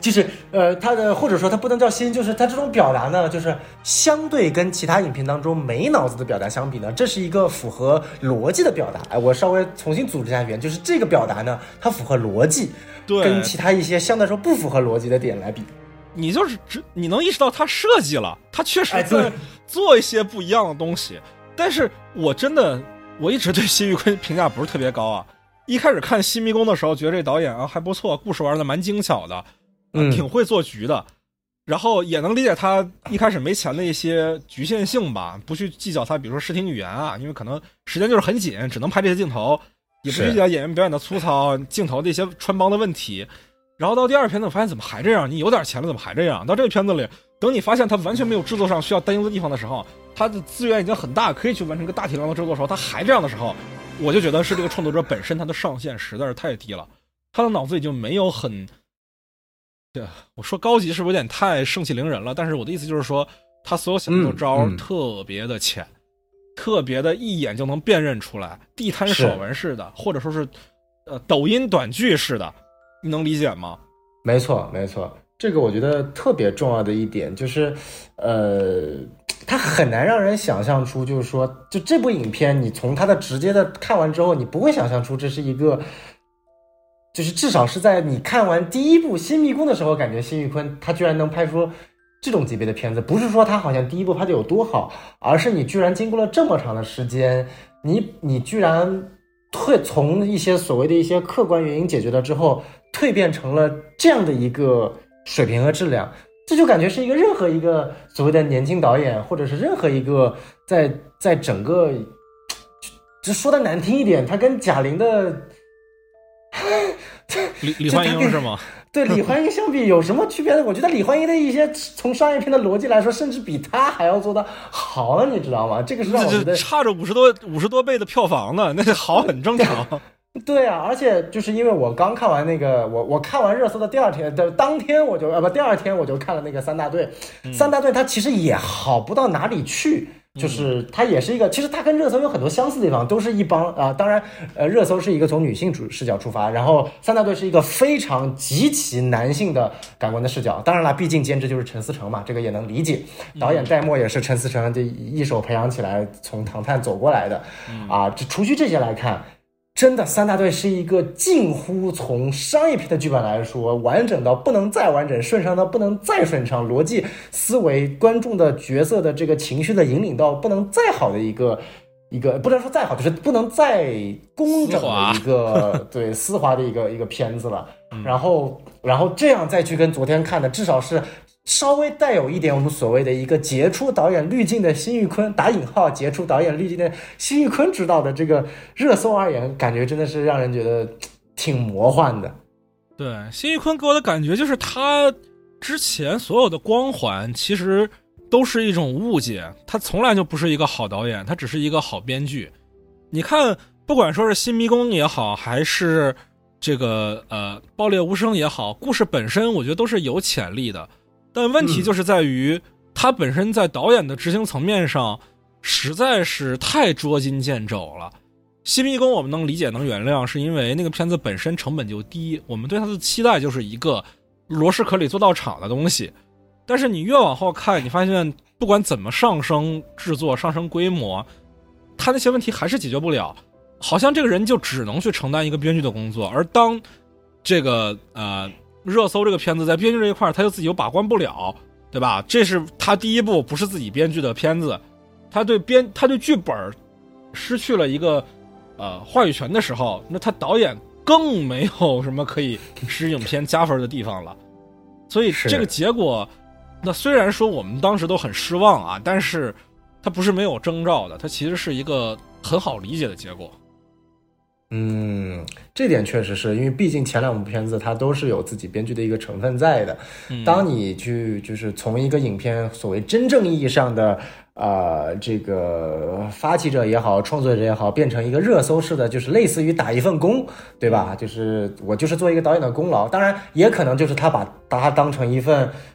[SPEAKER 1] 就是他的或者说他不能叫新，就是他这种表达呢，就是相对跟其他影片当中没脑子的表达相比呢，这是一个符合逻辑的表达。哎，我稍微重新组织一下语言，就是这个表达呢，它符合逻辑，
[SPEAKER 2] 对，
[SPEAKER 1] 跟其他一些相对来说不符合逻辑的点来比，
[SPEAKER 2] 你就是你能意识到他设计了，他确实在做一些不一样的东西。但是我一直对辛玉坤评价不是特别高啊。一开始看《新迷宫》的时候，觉得这导演啊还不错，故事玩的蛮精巧的，挺会做局的。然后也能理解他一开始没钱的一些局限性吧，不去计较他，比如说视听语言啊，因为可能时间就是很紧，只能拍这些镜头，也不去计较演员表演的粗糙，镜头的一些穿帮的问题。然后到第二片子，我发现怎么还这样？你有点钱了，怎么还这样？到这个片子里，等你发现他完全没有制作上需要担忧的地方的时候，他的资源已经很大，可以去完成一个大体量的制作的时候，他还这样的时候，我就觉得是这个创作者本身他的上限实在是太低了，他的脑子已经没有很，对，我说高级是不是有点太盛气凌人了？但是我的意思就是说，他所有想的招特别的浅，特别的一眼就能辨认出来，地摊手纹式的，或者说是抖音短剧式的，你能理解吗？
[SPEAKER 1] 没错，没错。这个我觉得特别重要的一点就是，它很难让人想象出，就是说，就这部影片，你从它的直接的看完之后，你不会想象出这是一个，就是至少是在你看完第一部《新迷宫》的时候，感觉辛玉坤他居然能拍出这种级别的片子，不是说他好像第一部拍的有多好，而是你居然经过了这么长的时间，你居然会从一些所谓的一些客观原因解决了之后，蜕变成了这样的一个水平和质量，这就感觉是一个任何一个所谓的年轻导演，或者是任何一个在整个，就说的难听一点，他跟贾玲的
[SPEAKER 2] 李焕英是吗？
[SPEAKER 1] 对，李焕英相比有什么区别呢？我觉得李焕英的一些从商业片的逻辑来说，甚至比他还要做的好了，你知道吗？这个是让我觉得
[SPEAKER 2] 差着50多倍的票房呢，那好很正常。
[SPEAKER 1] 对啊，而且就是因为我刚看完那个，我看完热搜的第二天的当天，我就第二天我就看了那个三大队，三大队它其实也好不到哪里去。就是它也是一个，其实它跟热搜有很多相似的地方，都是一帮当然热搜是一个从女性视角出发，然后三大队是一个非常极其男性的感官的视角。当然了，毕竟监制就是陈思诚嘛，这个也能理解。导演戴墨也是陈思诚这一手培养起来，从唐探走过来的这除去这些来看，真的三大队是一个近乎从商业片的剧本来说完整到不能再完整，顺畅到不能再顺畅，逻辑思维观众的角色的这个情绪的引领到不能再好的一个不能说再好，就是不能再工整的一个对丝滑的一个片子了。然后这样再去跟昨天看的至少是稍微带有一点我们所谓的一个杰出导演滤镜的辛玉坤，打引号杰出导演滤镜的辛玉坤指导的这个热搜而言，感觉真的是让人觉得挺魔幻的。
[SPEAKER 2] 对，辛玉坤给我的感觉就是他之前所有的光环其实都是一种误解，他从来就不是一个好导演，他只是一个好编剧。你看，不管说是新迷宫也好，还是这个爆裂无声也好，故事本身我觉得都是有潜力的。但问题就是在于，他本身在导演的执行层面上实在是太捉襟见肘了。新迷宫我们能理解能原谅，是因为那个片子本身成本就低，我们对它的期待就是一个螺蛳壳里做到场的东西。但是你越往后看，你发现不管怎么上升制作、上升规模，他那些问题还是解决不了。好像这个人就只能去承担一个编剧的工作，而当这个热搜这个片子在编剧这一块他就自己又把关不了，对吧？这是他第一部不是自己编剧的片子，他对剧本失去了一个话语权的时候，那他导演更没有什么可以使影片加分的地方了。所以这个结果，那虽然说我们当时都很失望啊，但是它不是没有征兆的，它其实是一个很好理解的结果。
[SPEAKER 1] 这点确实是因为毕竟前两部片子它都是有自己编剧的一个成分在的。当你去就是从一个影片所谓真正意义上的这个发起者也好，创作者也好，变成一个热搜式的，就是类似于打一份工，对吧？就是我就是做一个导演的功劳，当然也可能就是他把它当成一份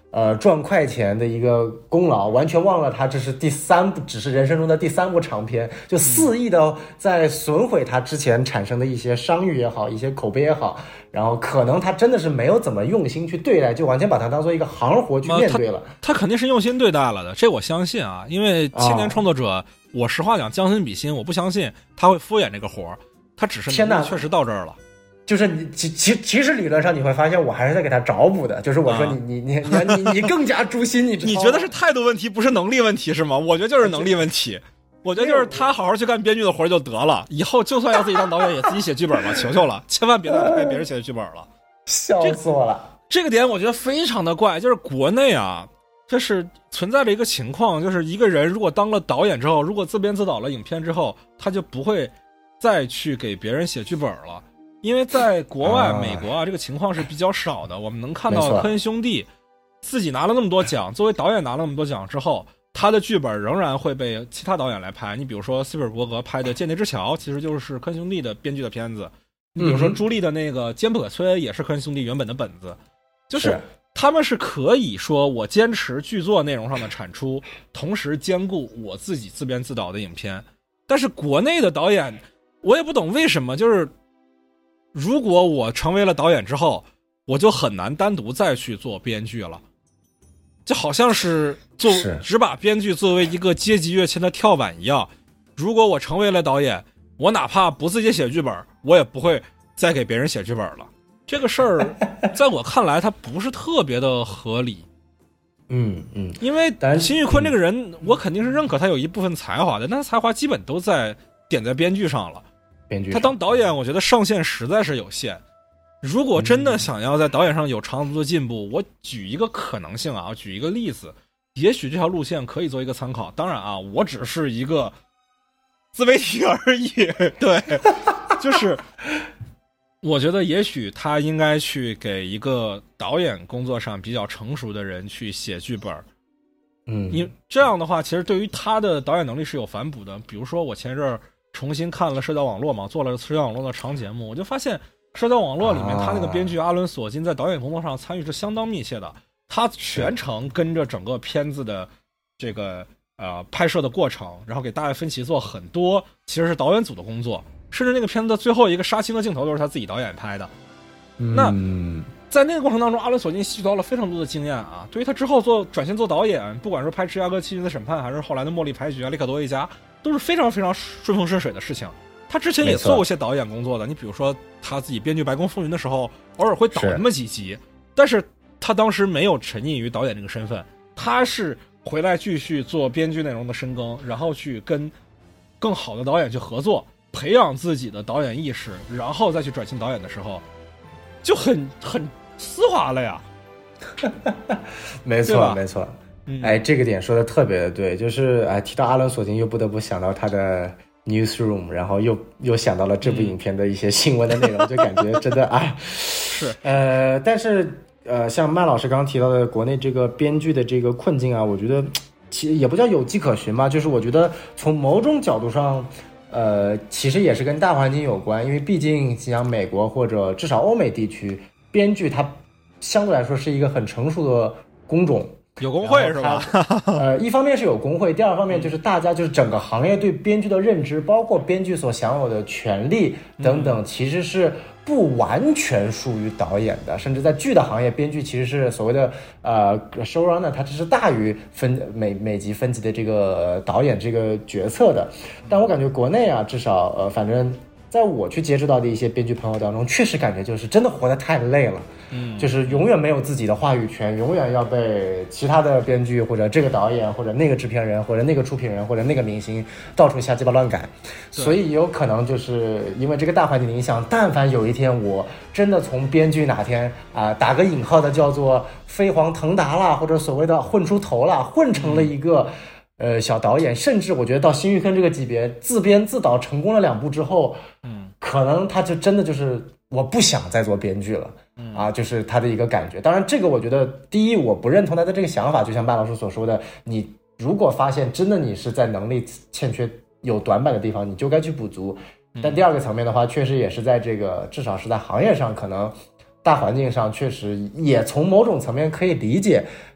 [SPEAKER 1] 赚快钱的一个功劳，完全忘了他这是只是人生中的第3部长片，就肆意的在损毁他之前产生的一些商誉也好，一些口碑也好，然后可能他真的是没有怎么用心去对待，就完全把它当做一个行活去面对了。
[SPEAKER 2] 他肯定是用心对待了的，这我相信啊，因为青年创作者，我实话讲，将心比心，我不相信他会敷衍这个活，他只是能力确实到这儿了。
[SPEAKER 1] 就是你其实理论上你会发现，我还是在给他找补的。就是我说你更加诛心，你
[SPEAKER 2] 觉得是态度问题，不是能力问题是吗？我觉得就是能力问题。我觉得就是他好好去干编剧的活就得了，以后就算要自己当导演，也自己写剧本吧，求求了，千万别再拍别人写的剧本了。
[SPEAKER 1] 笑死我了！
[SPEAKER 2] 这个点我觉得非常的怪，就是国内啊，这是存在着一个情况，就是一个人如果当了导演之后，如果自编自导了影片之后，他就不会再去给别人写剧本了。因为在国外，美国啊，这个情况是比较少的。我们能看到科恩兄弟自己拿了那么多奖，作为导演拿了那么多奖之后，他的剧本仍然会被其他导演来拍。你比如说斯皮尔伯格拍的《间谍之桥》，其实就是科恩兄弟的编剧的片子。你比如说朱莉的那个《坚不可摧》，也是科恩兄弟原本的本子。就是他们是可以说我坚持剧作内容上的产出，同时兼顾我自己自编自导的影片。但是国内的导演，我也不懂为什么，就是如果我成为了导演之后，我就很难单独再去做编剧了，就好像是只把编剧作为一个阶级跃迁的跳板一样。如果我成为了导演，我哪怕不自己写剧本，我也不会再给别人写剧本了。这个事儿在我看来它不是特别的合理。因为辛玉坤这个人，我肯定是认可他有一部分才华的，但是才华基本都点在编剧上了。他当导演，我觉得上限实在是有限。如果真的想要在导演上有长足的进步，我举一个可能性啊，举一个例子，也许这条路线可以做一个参考。当然啊，我只是一个自媒体而已。对，就是我觉得也许他应该去给一个导演工作上比较成熟的人去写剧本。因为这样的话，其实对于他的导演能力是有反哺的。比如说我前阵儿重新看了社交网络嘛，做了社交网络的长节目，我就发现社交网络里面他那个编剧阿伦索金在导演工作上参与是相当密切的，他全程跟着整个片子的这个拍摄的过程，然后给大卫芬奇做很多其实是导演组的工作，甚至那个片子的最后一个杀青的镜头都是他自己导演拍的。那在那个过程当中，阿伦索金吸取到了非常多的经验啊。对于他之后转型做导演，不管是拍《芝加哥七君的审判》，还是后来的《茉莉牌局》啊、《雷克多一家》，都是非常非常顺风顺水的事情。他之前也做过一些导演工作的，你比如说他自己编剧《白宫风云》的时候，偶尔会导那么几集，但是他当时没有沉溺于导演这个身份，他是回来继续做编剧内容的深耕，然后去跟更好的导演去合作，培养自己的导演意识，然后再去转型导演的时候，就很丝滑了呀。
[SPEAKER 1] 没错没错。这个点说的特别的对，就是提到阿伦索金，又不得不想到他的 newsroom， 然后又想到了这部影片的一些新闻的内容，就感觉真的
[SPEAKER 2] 是
[SPEAKER 1] 但是像麦老师刚刚提到的国内这个编剧的这个困境啊，我觉得其实也不叫有迹可循吧，就是我觉得从某种角度上其实也是跟大环境有关，因为毕竟像美国或者至少欧美地区，编剧它相对来说是一个很成熟的工种，
[SPEAKER 2] 有工会是吧？
[SPEAKER 1] 一方面是有工会，第二方面就是大家就是整个行业对编剧的认知，包括编剧所享有的权利等等，其实是不完全属于导演的，甚至在剧的行业，编剧其实是所谓的showrunner， 它只是大于每集分级的这个导演这个决策的。但我感觉国内啊，至少反正在我去接触到的一些编剧朋友当中，确实感觉就是真的活得太累了，就是永远没有自己的话语权，永远要被其他的编剧或者这个导演或者那个制片人或者那个出品人或者那个明星到处瞎鸡巴乱改，所以有可能就是因为这个大环境的影响，但凡有一天我真的从编剧哪天打个引号的叫做飞黄腾达啦，或者所谓的混出头啦，混成了一个小导演，甚至我觉得到辛玉坑这个级别，自编自导成功了2部之后，可能他就真的就是我不想再做编剧了，就是他的一个感觉。当然，这个我觉得第一，我不认同他的这个想法，就像麦老师所说的，你如果发现真的你是在能力欠缺有短板的地方，你就该去补足。但第二个层面的话，确实也是在这个至少是在行业上，可能大环境上确实也从某种层面可以理解，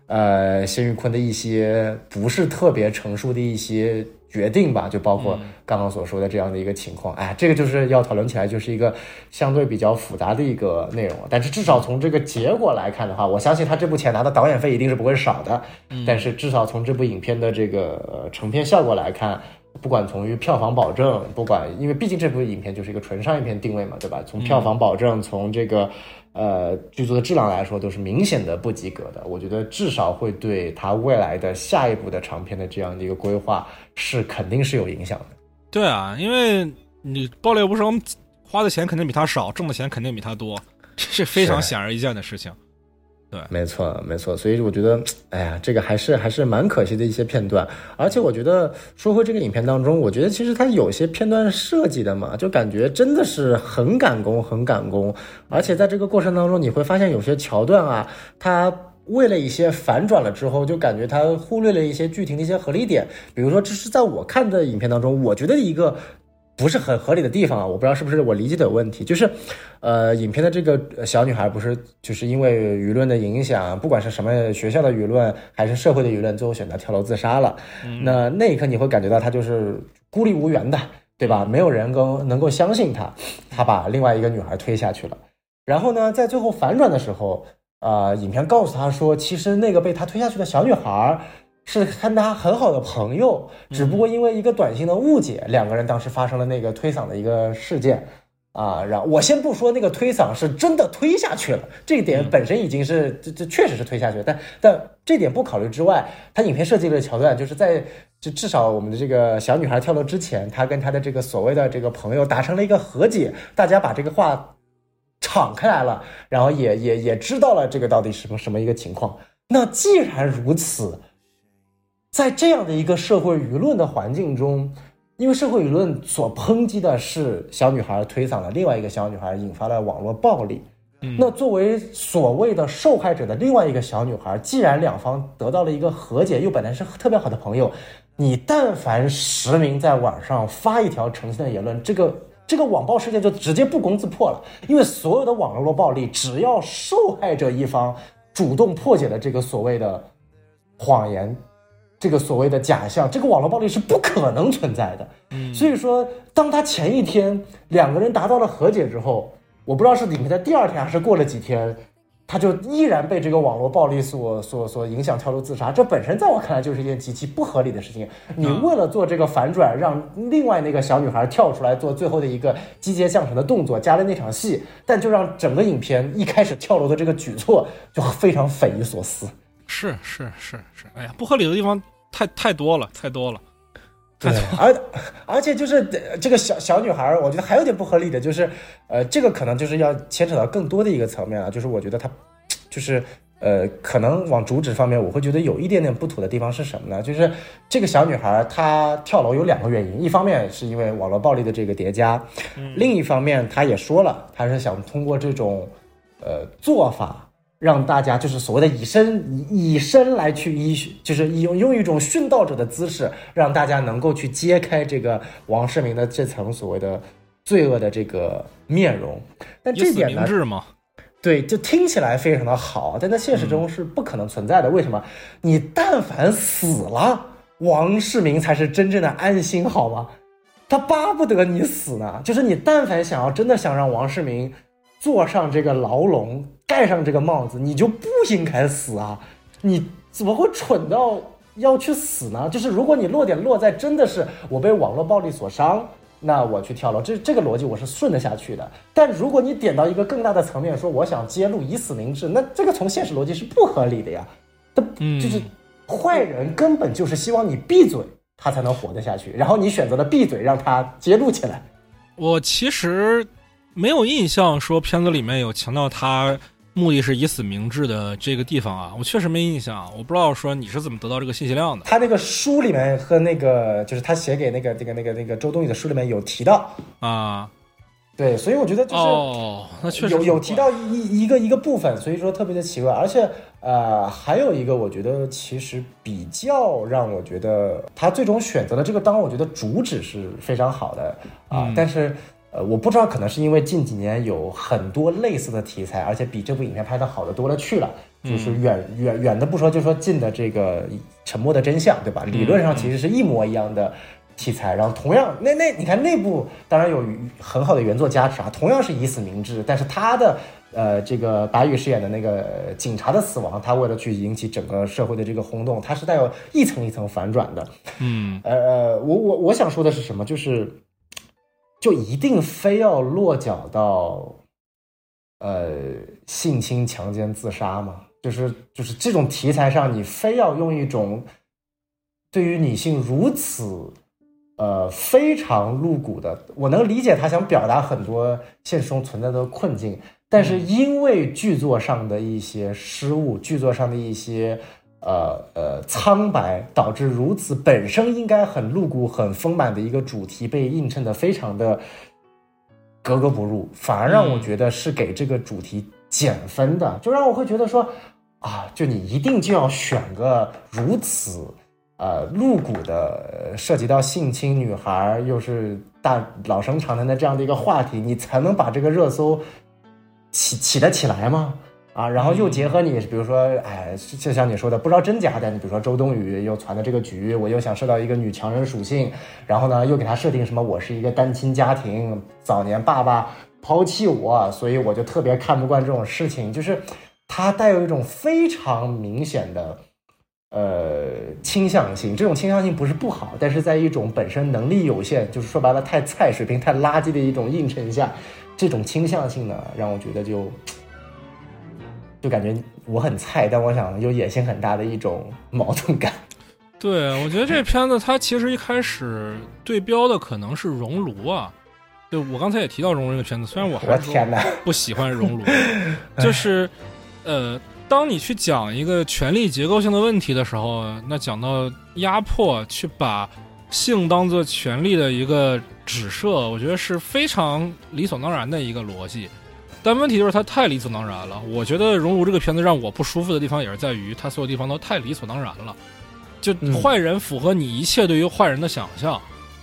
[SPEAKER 1] 辛玉坤的一些不是特别成熟的一些决定吧，就包括刚刚所说的这样的一个情况。哎，这个就是要讨论起来就是一个相对比较复杂的一个内容，但是至少从这个结果来看的话，我相信他这部钱拿的导演费一定是不会少的。但是至少从这部影片的这个成片效果来看，不管从于票房保证，不管因为毕竟这部影片就是一个纯商业片定位嘛，对吧？从票房保证，从这个剧作的质量来说，都是明显的不及格的。我觉得至少会对他未来的下一部的长片的这样的一个规划是肯定是有影响的。
[SPEAKER 2] 对啊，因为你爆裂无声花的钱肯定比他少，挣的钱肯定比他多，这是非常显而易见的事情。对，
[SPEAKER 1] 没错没错，所以我觉得，哎呀，这个还是蛮可惜的一些片段。而且我觉得说回这个影片当中，我觉得其实它有些片段设计的嘛，就感觉真的是很赶工很赶工。而且在这个过程当中，你会发现有些桥段啊，它为了一些反转了之后，就感觉它忽略了一些剧情的一些合理点。比如说，这是在我看的影片当中，我觉得一个不是很合理的地方啊，我不知道是不是我理解的有问题，就是影片的这个小女孩不是就是因为舆论的影响，不管是什么学校的舆论还是社会的舆论，最后选择跳楼自杀了。那一刻你会感觉到她就是孤立无援的，对吧？没有人能够相信她，她把另外一个女孩推下去了。然后呢，在最后反转的时候，影片告诉她说，其实那个被她推下去的小女孩是跟他很好的朋友，只不过因为一个短信的误解，两个人当时发生了那个推搡的一个事件啊。然后我先不说那个推搡是真的推下去了，这一点本身已经是这确实是推下去了，但这点不考虑之外，他影片设计了桥段，就是在就至少我们的这个小女孩跳楼之前，他跟他的这个所谓的这个朋友达成了一个和解，大家把这个话敞开来了，然后也知道了这个到底是什么一个情况。那既然如此，在这样的一个社会舆论的环境中，因为社会舆论所抨击的是小女孩推搡了另外一个小女孩，引发了网络暴力。那作为所谓的受害者的另外一个小女孩，既然两方得到了一个和解，又本来是特别好的朋友，你但凡实名在网上发一条澄清的言论，这个网暴事件就直接不攻自破了。因为所有的网络暴力，只要受害者一方主动破解了这个所谓的谎言，这个所谓的假象，这个网络暴力是不可能存在的。所以说当他前一天两个人达到了和解之后，我不知道是影片的第二天还是过了几天，他就依然被这个网络暴力所影响跳楼自杀。这本身在我看来就是一件极其不合理的事情。你为了做这个反转，让另外那个小女孩跳出来做最后的一个击节降神的动作，加了那场戏，但就让整个影片一开始跳楼的这个举措就非常匪夷所思。
[SPEAKER 2] 是，哎呀，不合理的地方太多了。
[SPEAKER 1] 对，而且就是这个小女孩，我觉得还有点不合理的，就是这个可能就是要牵扯到更多的一个层面啊，就是我觉得她就是可能往主旨方面，我会觉得有一点点不妥的地方是什么呢？就是这个小女孩她跳楼有两个原因，一方面是因为网络暴力的这个叠加，另一方面她也说了，她是想通过这种做法，让大家就是所谓的以身来去就是用一种殉道者的姿势，让大家能够去揭开这个王世民的这层所谓的罪恶的这个面容。但这点呢，
[SPEAKER 2] 明智吗？
[SPEAKER 1] 对，就听起来非常的好，但在现实中是不可能存在的。为什么？你但凡死了，王世民才是真正的安心，好吗？他巴不得你死呢。就是你但凡真的想让王世民坐上这个牢笼，盖上这个帽子，你就不应该死啊！你怎么会蠢到要去死呢？就是如果你落点落在真的是我被网络暴力所伤，那我去跳楼，这个逻辑我是顺得下去的。但如果你点到一个更大的层面，说我想揭露以死明志，那这个从现实逻辑是不合理的呀。就是坏人根本就是希望你闭嘴，他才能活得下去，然后你选择了闭嘴，让他揭露起来。
[SPEAKER 2] 我其实没有印象说片子里面有强调他目的是以死明志的这个地方啊，我确实没印象，我不知道说你是怎么得到这个信息量的。
[SPEAKER 1] 他那个书里面和那个就是他写给那个周冬雨的书里面有提到
[SPEAKER 2] 啊，
[SPEAKER 1] 对，所以我觉得就是
[SPEAKER 2] 那确实
[SPEAKER 1] 有提到一个部分，所以说特别的奇怪。而且还有一个我觉得其实比较让我觉得他最终选择的这个，当然我觉得主旨是非常好的啊，但是我不知道，可能是因为近几年有很多类似的题材，而且比这部影片拍的好的多了去了。就是远的不说，就说近的这个沉默的真相，对吧？理论上其实是一模一样的题材，然后同样你看内部当然有很好的原作加持啊，同样是以死明志，但是他的这个白宇饰演的那个警察的死亡，他为了去引起整个社会的这个轰动，他是带有一层一层反转的。我想说的是什么？就一定非要落脚到性侵、强奸、自杀吗？就是这种题材上，你非要用一种对于女性如此非常露骨的，我能理解他想表达很多现实中存在的困境，但是因为剧作上的一些失误，剧作上的一些苍白，导致如此本身应该很露骨、很丰满的一个主题被映衬的非常的格格不入，反而让我觉得是给这个主题减分的，就让我会觉得说啊，就你一定就要选个如此露骨的涉及到性侵女孩又是老生常谈的这样的一个话题，你才能把这个热搜起得起来吗？啊，然后又结合你，比如说，就像你说的，不知道真假的，你比如说周冬雨又传的这个局，我又想设到一个女强人属性，然后呢，又给她设定什么，我是一个单亲家庭，早年爸爸抛弃我，所以我就特别看不惯这种事情，就是它带有一种非常明显的倾向性，这种倾向性不是不好，但是在一种本身能力有限，就是说白了太菜水平太垃圾的一种映衬下，这种倾向性呢，让我觉得就感觉我很菜，但我想有野心很大的一种矛盾感。
[SPEAKER 2] 对，我觉得这片子它其实一开始对标的可能是熔炉啊。对，我刚才也提到熔炉这个片子，虽然我还是不喜欢熔炉，就是当你去讲一个权力结构性的问题的时候，那讲到压迫，去把性当作权力的一个指涉，我觉得是非常理所当然的一个逻辑。但问题就是它太理所当然了。我觉得《熔炉》这个片子让我不舒服的地方也是在于，它所有地方都太理所当然了。就坏人符合你一切对于坏人的想象，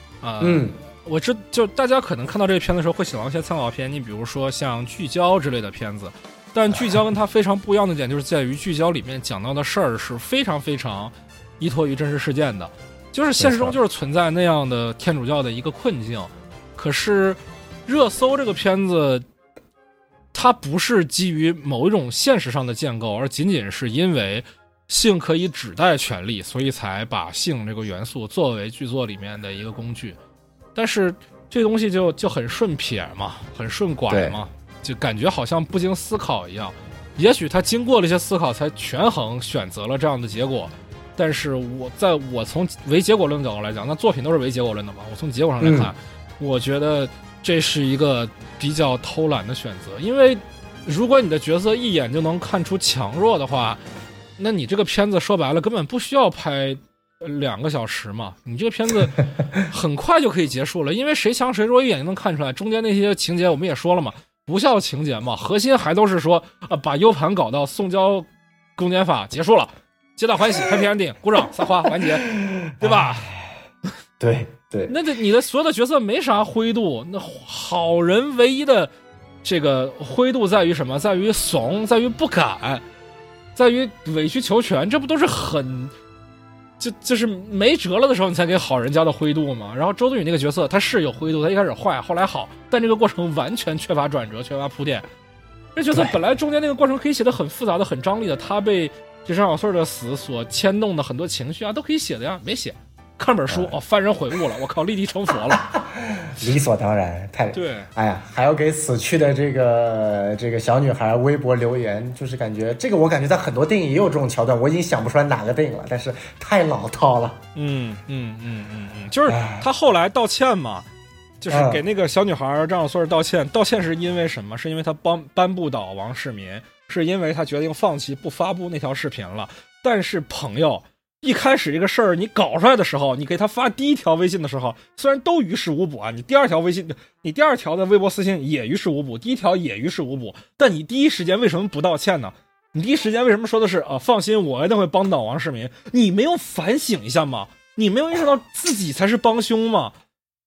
[SPEAKER 2] 就大家可能看到这个片子的时候会想到一些参考片，你比如说像《聚焦》之类的片子，但《聚焦》跟它非常不一样的点就是在于，《聚焦》里面讲到的事儿是非常非常依托于真实事件的，就是现实中就是存在那样的天主教的一个困境。可是《热搜》这个片子，它不是基于某一种现实上的建构，而仅仅是因为性可以指代权力，所以才把性这个元素作为剧作里面的一个工具。但是这东西就很顺撇嘛，很顺拐嘛，就感觉好像不经思考一样。也许他经过了一些思考才权衡选择了这样的结果，但是我从唯结果论的角度来讲，那作品都是唯结果论的嘛，我从结果上来看，我觉得这是一个比较偷懒的选择。因为如果你的角色一眼就能看出强弱的话，那你这个片子说白了根本不需要拍2个小时嘛，你这个片子很快就可以结束了。因为谁强谁弱一眼就能看出来，中间那些情节我们也说了嘛，不孝情节嘛，核心还都是说把 U 盘搞到送交公检法结束了，皆大欢喜 Happy Ending， 鼓掌撒花完结，对吧？
[SPEAKER 1] 对，
[SPEAKER 2] 那你的所有的角色没啥灰度，那好人唯一的这个灰度在于什么？在于怂，在于不敢，在于委曲求全，这不都是很就是没辙了的时候你才给好人家的灰度嘛。然后周冬雨那个角色他是有灰度，他一开始坏后来好，但这个过程完全缺乏转折，缺乏铺垫。这角色本来中间那个过程可以写得很复杂的很张力的，他被这张小穗的死所牵动的很多情绪啊都可以写的呀，没写。看本书幡然悔悟了，我靠，立地成佛了，
[SPEAKER 1] 理所当然，太
[SPEAKER 2] 对。
[SPEAKER 1] 哎呀，还要给死去的这个小女孩微博留言，就是感觉这个我感觉在很多电影也有这种桥段，我已经想不出来哪个电影了，但是太老套了。就是他后来道歉嘛，就是给那个小女孩张小穗道歉，道歉是因为什么？是因为他颁布倒王世民，是因为他决定放弃不发布那条视频了。但是朋友，一开始这个事儿你搞出来的时候，你给他发第一条微信的时候，虽然都于事无补啊，你第二条的微博私信也于事无补，第一条也于事无补，但你第一时间为什么不道歉呢？你第一时间为什么说的是放心，我一定会帮倒王世民？你没有反省一下吗？你没有意识到自己才是帮凶吗？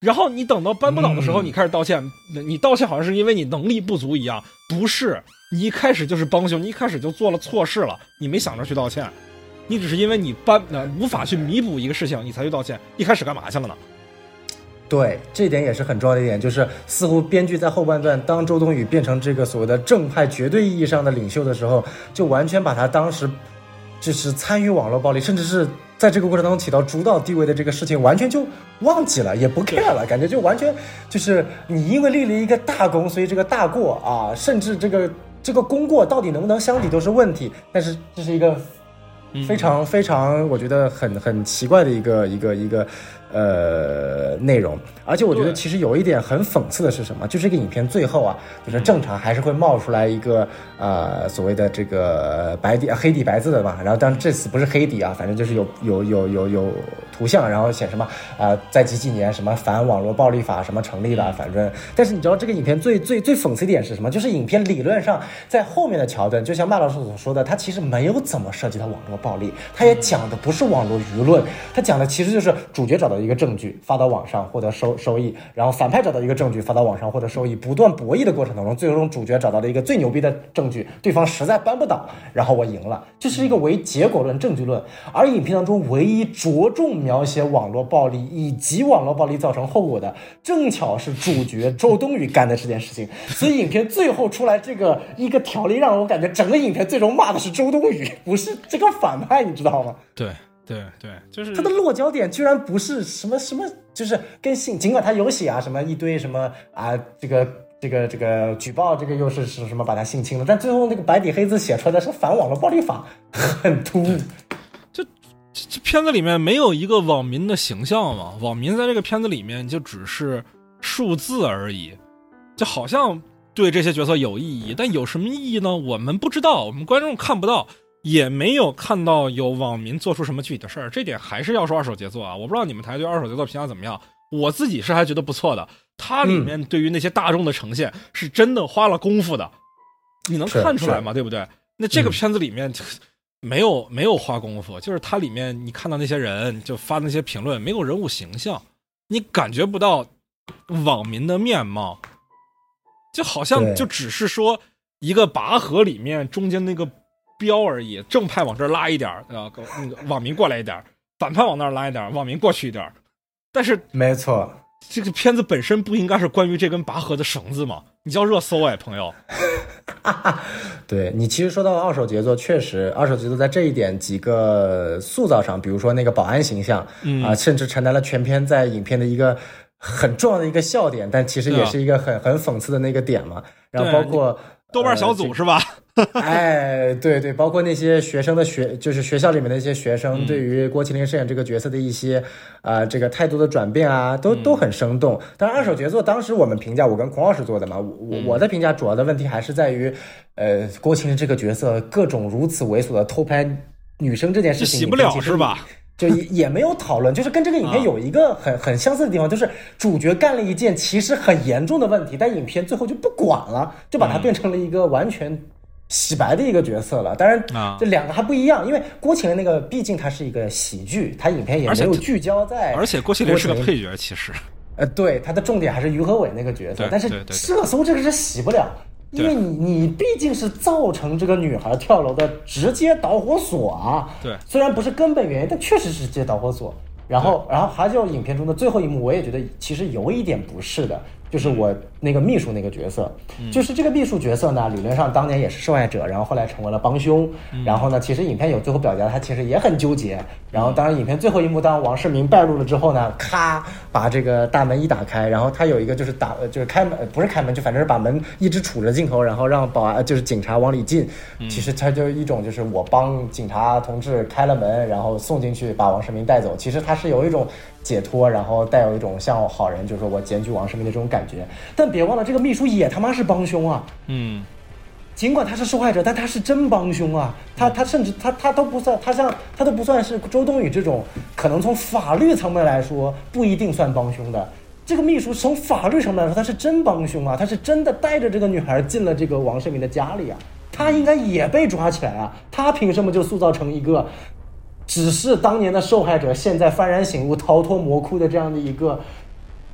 [SPEAKER 2] 然后你等到扳不倒的时候，你开始道歉，你道歉好像是因为你能力不足一样，不是，你一开始就是帮凶，你一开始就做了错事了，你没想着去道歉，你只是因为你无法去弥补一个事情，你才去道歉，一开始干嘛去了呢？
[SPEAKER 1] 对，这一点也是很重要的一点，就是似乎编剧在后半段，当周冬雨变成这个所谓的正派绝对意义上的领袖的时候，就完全把他当时就是参与网络暴力，甚至是在这个过程当中起到主导地位的这个事情，完全就忘记了，也不 care 了，感觉就完全就是你因为立了一个大功，所以这个大过啊，甚至这个功过到底能不能相抵都是问题，但是这是一个非常非常我觉得很奇怪的一个内容。而且我觉得其实有一点很讽刺的是什么，就是这个影片最后啊，就是正常还是会冒出来一个所谓的这个黑底白字的嘛，然后当然这次不是黑底啊，反正就是有图像，然后写什么在几年什么反网络暴力法什么成立了，反正但是你知道这个影片最讽刺一点是什么，就是影片理论上在后面的桥段，就像麦老师所说的，它其实没有怎么涉及到网络暴力，它也讲的不是网络舆论，它讲的其实就是主角找到一个证据发到网上获得收益，然后反派找到一个证据发到网上获得收益，不断博弈的过程当中，最终主角找到了一个最牛逼的证据，对方实在扳不倒，然后我赢了，这是一个唯结果论证据论。而影片当中唯一着重描写网络暴力以及网络暴力造成后果的，正巧是主角周冬雨干的这件事情，所以影片最后出来这个一个条例，让我感觉整个影片最终骂的是周冬雨，不是这个反派，你知道吗？
[SPEAKER 2] 对，就是
[SPEAKER 1] 他的落脚点居然不是什么，就是跟尽管他有写什么一堆什么这个举报这个又是什么把他性侵了，但最后那个白底黑字写出来的是反网络暴力法，很突兀。
[SPEAKER 2] 这片子里面没有一个网民的形象嘛，网民在这个片子里面就只是数字而已，就好像对这些角色有意义，但有什么意义呢？我们不知道，我们观众看不到，也没有看到有网民做出什么具体的事儿，这点还是要说二手杰作啊。我不知道你们台对二手杰作评价怎么样，我自己是还觉得不错的，它里面对于那些大众的呈现是真的花了功夫的，你能看出来吗？对不对？那这个片子里面没有花功夫，就是它里面你看到那些人就发那些评论，没有人物形象，你感觉不到网民的面貌，就好像就只是说一个拔河里面中间那个标而已，正派往这儿拉一点，那个网民过来一点，反派往那儿拉一点，网民过去一点。但是
[SPEAKER 1] 没错，
[SPEAKER 2] 这个片子本身不应该是关于这根拔河的绳子吗？你叫热搜哎，朋友。
[SPEAKER 1] 对，你其实说到二手杰作，确实二手杰作在这一点几个塑造上，比如说那个保安形象甚至承担了全片在影片的一个很重要的一个笑点，但其实也是一个很讽刺的那个点嘛。然后包括
[SPEAKER 2] 豆瓣小组是吧？
[SPEAKER 1] 哎，对，包括那些学生的就是学校里面的一些学生对于郭麒麟饰演这个角色的一些这个态度的转变啊，都很生动。当然，二手杰作当时我们评价，我跟孔老师做的嘛，我的评价主要的问题还是在于，郭麒麟这个角色各种如此猥琐的偷拍女生这件事情，
[SPEAKER 2] 洗不了是吧？
[SPEAKER 1] 就也没有讨论，就是跟这个影片有一个很相似的地方，就是主角干了一件其实很严重的问题，但影片最后就不管了，就把它变成了一个完全洗白的一个角色了。当然这两个还不一样，因为郭麒麟那个毕竟它是一个喜剧，它影片也没有聚焦在，
[SPEAKER 2] 而且郭麒麟是个配角，其实
[SPEAKER 1] 对，它的重点还是于和伟那个角色，但是热搜这个是洗不了，因为你毕竟是造成这个女孩跳楼的直接导火索啊。
[SPEAKER 2] 对，
[SPEAKER 1] 虽然不是根本原因，但确实是直接导火索。然后还有影片中的最后一幕，我也觉得其实有一点不是的，就是我那个秘书那个角色，就是这个秘书角色呢，理论上当年也是受害者，然后后来成为了帮凶，然后呢，其实影片有最后表达他其实也很纠结。然后当然影片最后一幕，当王世民败露了之后呢，咔把这个大门一打开，然后他有一个就是就是开门，不是开门，就反正是把门一直杵着镜头，然后让就是警察往里进。其实他就一种就是我帮警察同志开了门，然后送进去把王世民带走，其实他是有一种解脱，然后带有一种像好人，就是说我检举王世民的这种感觉。但别忘了，这个秘书也他妈是帮凶啊！尽管他是受害者，但他是真帮凶啊！他甚至他都不算，他都不算是周冬雨这种可能从法律层面来说不一定算帮凶的。这个秘书从法律层面来说，他是真帮凶啊！他是真的带着这个女孩进了这个王世民的家里啊！他应该也被抓起来啊！他凭什么就塑造成一个只是当年的受害者，现在幡然醒悟、逃脱魔窟的这样的一个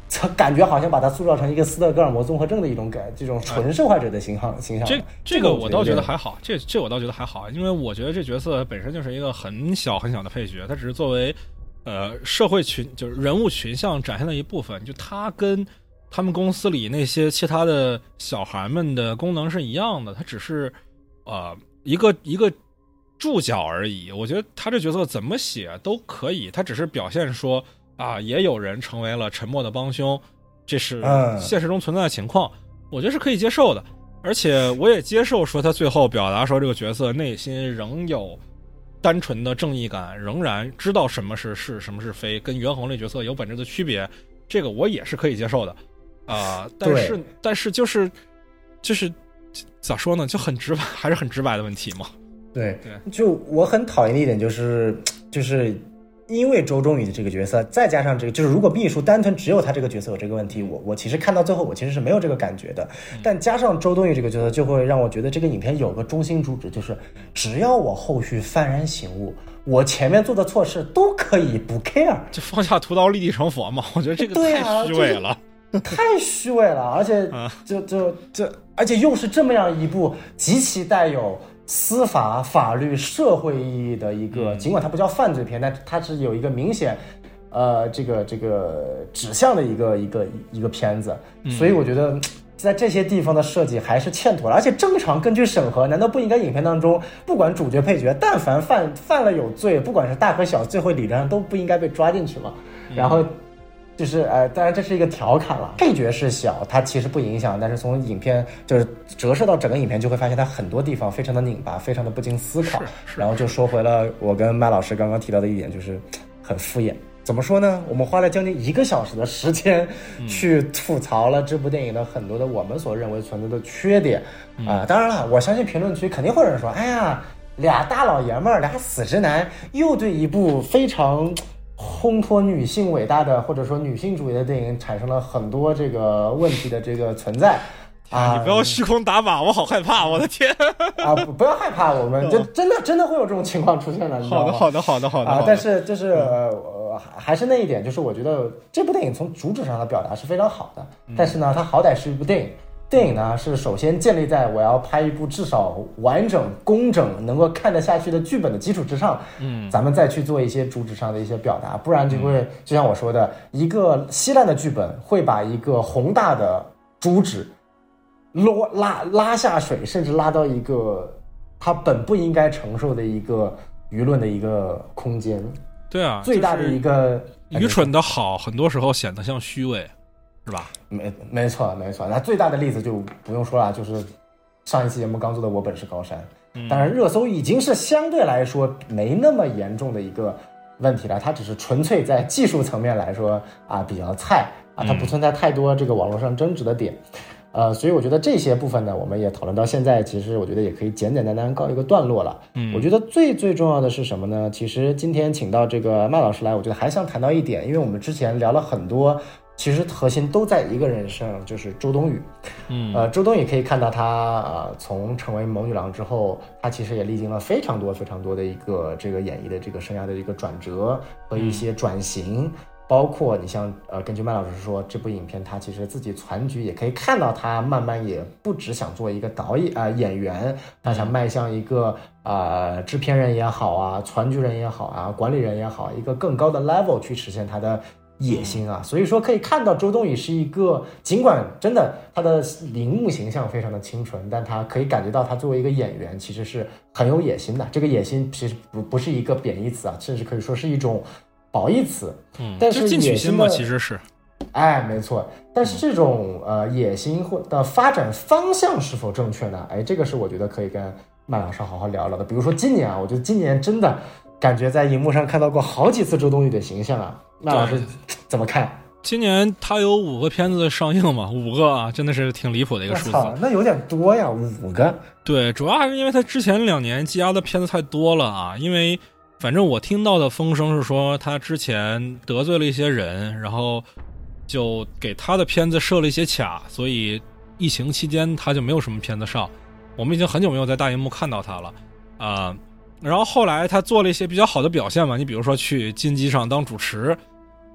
[SPEAKER 1] 感觉好像把他塑造成一个斯德哥尔摩综合症的一种这种纯受害者的形象。
[SPEAKER 2] 这个我倒觉得还好，这我倒觉得还好，因为我觉得这角色本身就是一个很小很小的配角，他只是作为社会群就是人物群像展现的一部分，就他跟他们公司里那些其他的小孩们的功能是一样的，他只是一个注脚而已。我觉得他这角色怎么写都可以，他只是表现说也有人成为了沉默的帮凶，这是现实中存在的情况，我觉得是可以接受的。而且我也接受说他最后表达说这个角色内心仍有单纯的正义感，仍然知道什么是是，什么是非，跟袁弘这角色有本质的区别，这个我也是可以接受的但是就是咋说呢，就很直白，还是很直白的问题嘛。
[SPEAKER 1] 对，就我很讨厌的一点就是因为周冬雨的这个角色，再加上这个，就是如果秘书单纯只有他这个角色有这个问题，我其实看到最后我其实是没有这个感觉的。但加上周冬雨这个角色，就会让我觉得这个影片有个中心主旨，就是只要我后续幡然醒悟，我前面做的错事都可以不 care，
[SPEAKER 2] 就放下屠刀立地成佛嘛。我觉得这个太虚伪了。
[SPEAKER 1] 太虚伪了，而且而且又是这么样一部极其带有司法、法律、社会意义的一个，尽管它不叫犯罪片，但它是有一个明显，这个指向的一个片子，所以我觉得在这些地方的设计还是欠妥了。而且正常根据审核，难道不应该影片当中不管主角配角，但凡犯了有罪，不管是大和小，最后理论上都不应该被抓进去吗？然后。就是当然这是一个调侃了，配角是小，它其实不影响，但是从影片就是折射到整个影片，就会发现它很多地方非常的拧巴，非常的不经思考。然后就说回了我跟麦老师刚刚提到的一点，就是很敷衍。怎么说呢？我们花了将近1个小时的时间去吐槽了这部电影的很多的我们所认为存在的缺点当然了，我相信评论区肯定会有人说，哎呀，俩大老爷们儿，俩死直男，又对一部非常烘托女性伟大的或者说女性主义的电影产生了很多这个问题的这个存在
[SPEAKER 2] 你不要虚空打靶，我好害怕，我的天
[SPEAKER 1] 不要害怕，我们就真的会有这种情况出现的。
[SPEAKER 2] 好的
[SPEAKER 1] 但是就是还是那一点，就是我觉得这部电影从主旨上的表达是非常好的，但是呢，它好歹是一部电影。电影呢是首先建立在我要拍一部至少完整、工整、能够看得下去的剧本的基础之上，咱们再去做一些主旨上的一些表达，不然就会就像我说的，一个稀烂的剧本会把一个宏大的主旨拉下水，甚至拉到一个它本不应该承受的一个舆论的一个空间。
[SPEAKER 2] 对啊，
[SPEAKER 1] 最大的一个
[SPEAKER 2] 愚蠢的好，很多时候显得像虚伪。是吧？
[SPEAKER 1] 没错。那最大的例子就不用说了，就是上一期节目刚做的《我本是高山》。当然，热搜已经是相对来说没那么严重的一个问题了，它只是纯粹在技术层面来说比较菜它不存在太多这个网络上争执的点。所以我觉得这些部分呢，我们也讨论到现在，其实我觉得也可以简简单单告一个段落了。我觉得最重要的是什么呢？其实今天请到这个麦老师来，我觉得还想谈到一点，因为我们之前聊了很多。其实核心都在一个人身上，就是周冬雨。周冬雨可以看到她从成为萌女郎之后，她其实也历经了非常多的一个这个演艺的这个生涯的一个转折和一些转型。包括你像根据麦老师说，这部影片她其实自己攒局也可以看到，她慢慢也不只想做一个导演演员，她想迈向一个制片人也好攒局人也好管理人也好，一个更高的 level 去实现她的野心所以说可以看到周冬雨是一个，尽管真的她的荧幕形象非常的清纯，但她可以感觉到她作为一个演员其实是很有野心的。这个野心其实不是一个贬义词甚至可以说是一种褒义词。但是
[SPEAKER 2] 进取心嘛，其实是
[SPEAKER 1] 没错。但是这种野心或的发展方向是否正确呢？这个是我觉得可以跟麦老师好好聊聊的。比如说今年我觉得今年真的感觉在荧幕上看到过好几次周冬雨的形象麦老师怎么看？
[SPEAKER 2] 今年他有5个片子上映嘛，5个真的是挺离谱的一个数字。
[SPEAKER 1] 那有点多呀，5个。
[SPEAKER 2] 对，主要还是因为他之前2年积压的片子太多了因为反正我听到的风声是说他之前得罪了一些人，然后就给他的片子设了一些卡，所以疫情期间他就没有什么片子上。我们已经很久没有在大荧幕看到他了然后后来他做了一些比较好的表现嘛，你比如说去金鸡上当主持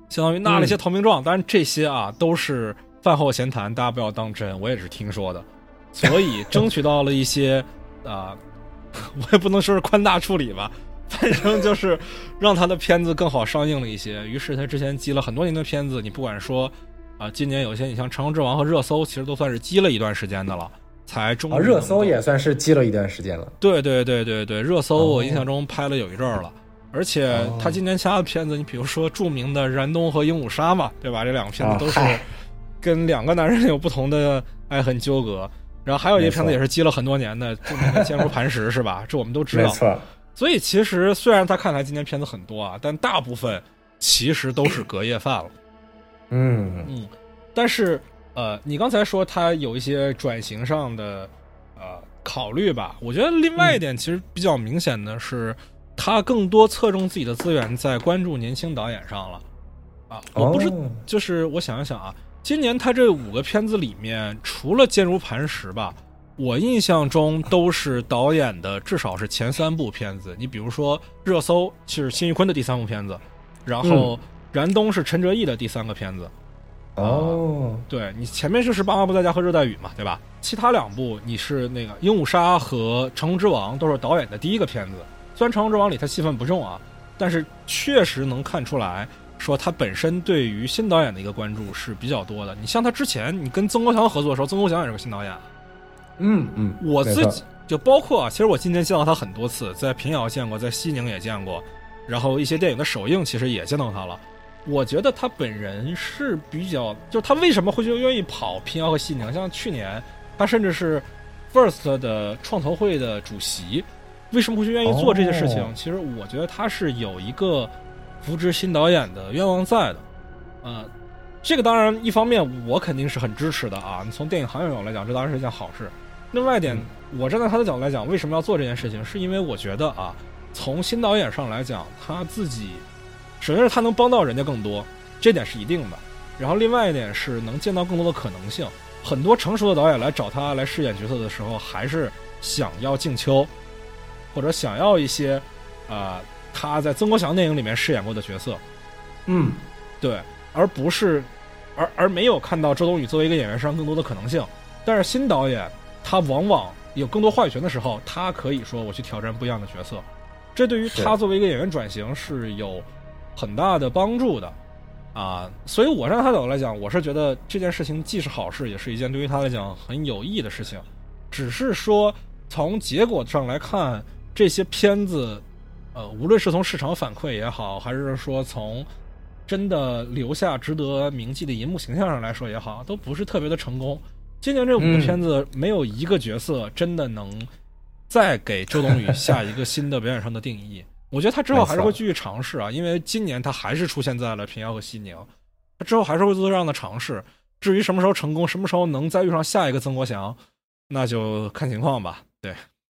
[SPEAKER 2] 相当于纳了一些投名状。当然这些啊都是饭后闲谈，大家不要当真，我也是听说的。所以争取到了一些我也不能说是宽大处理吧，反正就是让他的片子更好上映了一些。于是他之前积了很多年的片子，你不管说今年有些你像《长空之王》和热搜，其实都算是积了一段时间的了，才终于
[SPEAKER 1] 热搜也算是积了一段时间了。
[SPEAKER 2] 对，热搜我印象中拍了有一阵儿了。而且他今年其他的片子，你比如说著名的《燃冬》和《鹦鹉杀》嘛，对吧？这两个片子都是跟两个男人有不同的爱恨纠葛。然后还有一些片子也是积了很多年的，著名的《坚如磐石》是吧？这我们都知道。
[SPEAKER 1] 没错。
[SPEAKER 2] 所以其实虽然他看来今年片子很多啊，但大部分其实都是隔夜饭了。但是你刚才说他有一些转型上的考虑吧，我觉得另外一点其实比较明显的是，他更多侧重自己的资源在关注年轻导演上了我不是就是我想一想今年他这5个片子里面，除了《坚如磐石》吧，我印象中都是导演的至少是前3部片子。你比如说《热搜》是辛玉坤的第3部片子，然后《燃冬》是陈哲艺的第3个片子。对，你前面就是《爸妈不在家》和《热带雨》嘛，对吧？其他2部你是那个《鹦鹉杀》和《长空之王》都是导演的第1个片子。虽然《长空之王》里他戏份不重但是确实能看出来说他本身对于新导演的一个关注是比较多的。你像他之前你跟曾国祥合作的时候，曾国祥也是个新导演。我自己就包括其实我今年见到他很多次，在平遥见过，在西宁也见过，然后一些电影的首映其实也见到他了。我觉得他本人是比较，就他为什么会就愿意跑平遥和西宁？像去年他甚至是 First 的创投会的主席，为什么会去愿意做这些事情？其实我觉得他是有一个扶植新导演的愿望在的。这个当然一方面我肯定是很支持的你从电影行业角度来讲，这当然是一件好事。另外一点，我站在他的角度来讲，为什么要做这件事情？是因为我觉得从新导演上来讲，他自己首先是他能帮到人家更多，这点是一定的。然后另外一点是能见到更多的可能性。很多成熟的导演来找他来饰演角色的时候，还是想要静秋，或者想要一些他在曾国祥电影里面饰演过的角色。对，而不是而没有看到周冬雨作为一个演员上更多的可能性。但是新导演他往往有更多话语权的时候，他可以说我去挑战不一样的角色，这对于他作为一个演员转型是有很大的帮助的所以我站在他角度来讲，我是觉得这件事情既是好事，也是一件对于他来讲很有益的事情。只是说从结果上来看，这些片子无论是从市场反馈也好，还是说从真的留下值得铭记的银幕形象上来说也好，都不是特别的成功。今年这5个片子没有一个角色真的能再给周冬雨下一个新的表演上的定义。我觉得他之后还是会继续尝试因为今年他还是出现在了平遥和西宁，他之后还是会做这样的尝试。至于什么时候成功，什么时候能再遇上下一个曾国祥，那就看情况吧。对。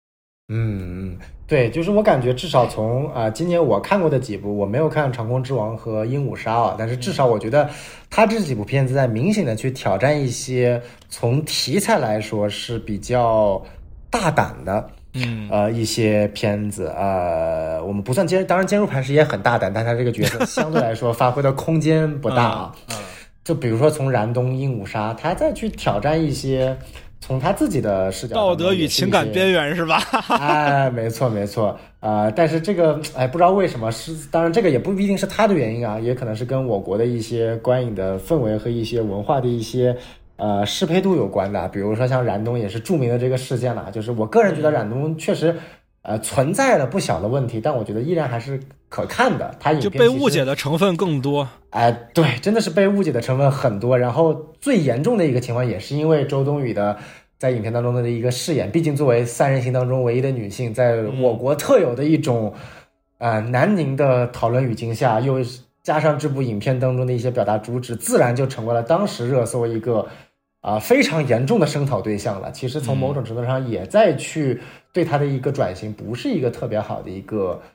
[SPEAKER 1] 对，就是我感觉至少从今年我看过的几部，我没有看《长空之王》和《鹦鹉杀》但是至少我觉得他这几部片子在明显的去挑战一些从题材来说是比较大胆的一些片子我们不算当然坚如磐石也很大胆，但他这个角色相对来说发挥的空间不大就比如说从燃冬、鹦鹉杀，他再去挑战一些从他自己的视角，
[SPEAKER 2] 道德与情感边缘是吧？
[SPEAKER 1] 没错没错但是这个不知道为什么当然这个也不一定是他的原因也可能是跟我国的一些观影的氛围和一些文化的一些适配度有关的。比如说像燃冬也是著名的这个事件了，就是我个人觉得燃冬确实存在了不小的问题，但我觉得依然还是可看的。它影片
[SPEAKER 2] 就被误解的成分更多
[SPEAKER 1] 对，真的是被误解的成分很多。然后最严重的一个情况也是因为周冬雨的在影片当中的一个饰演，毕竟作为3人行当中唯一的女性，在我国特有的一种南宁的讨论语境下，又加上这部影片当中的一些表达主旨，自然就成为了当时热搜一个非常严重的声讨对象了。其实从某种程度上也在去对他的一个转型不是一个特别好的一个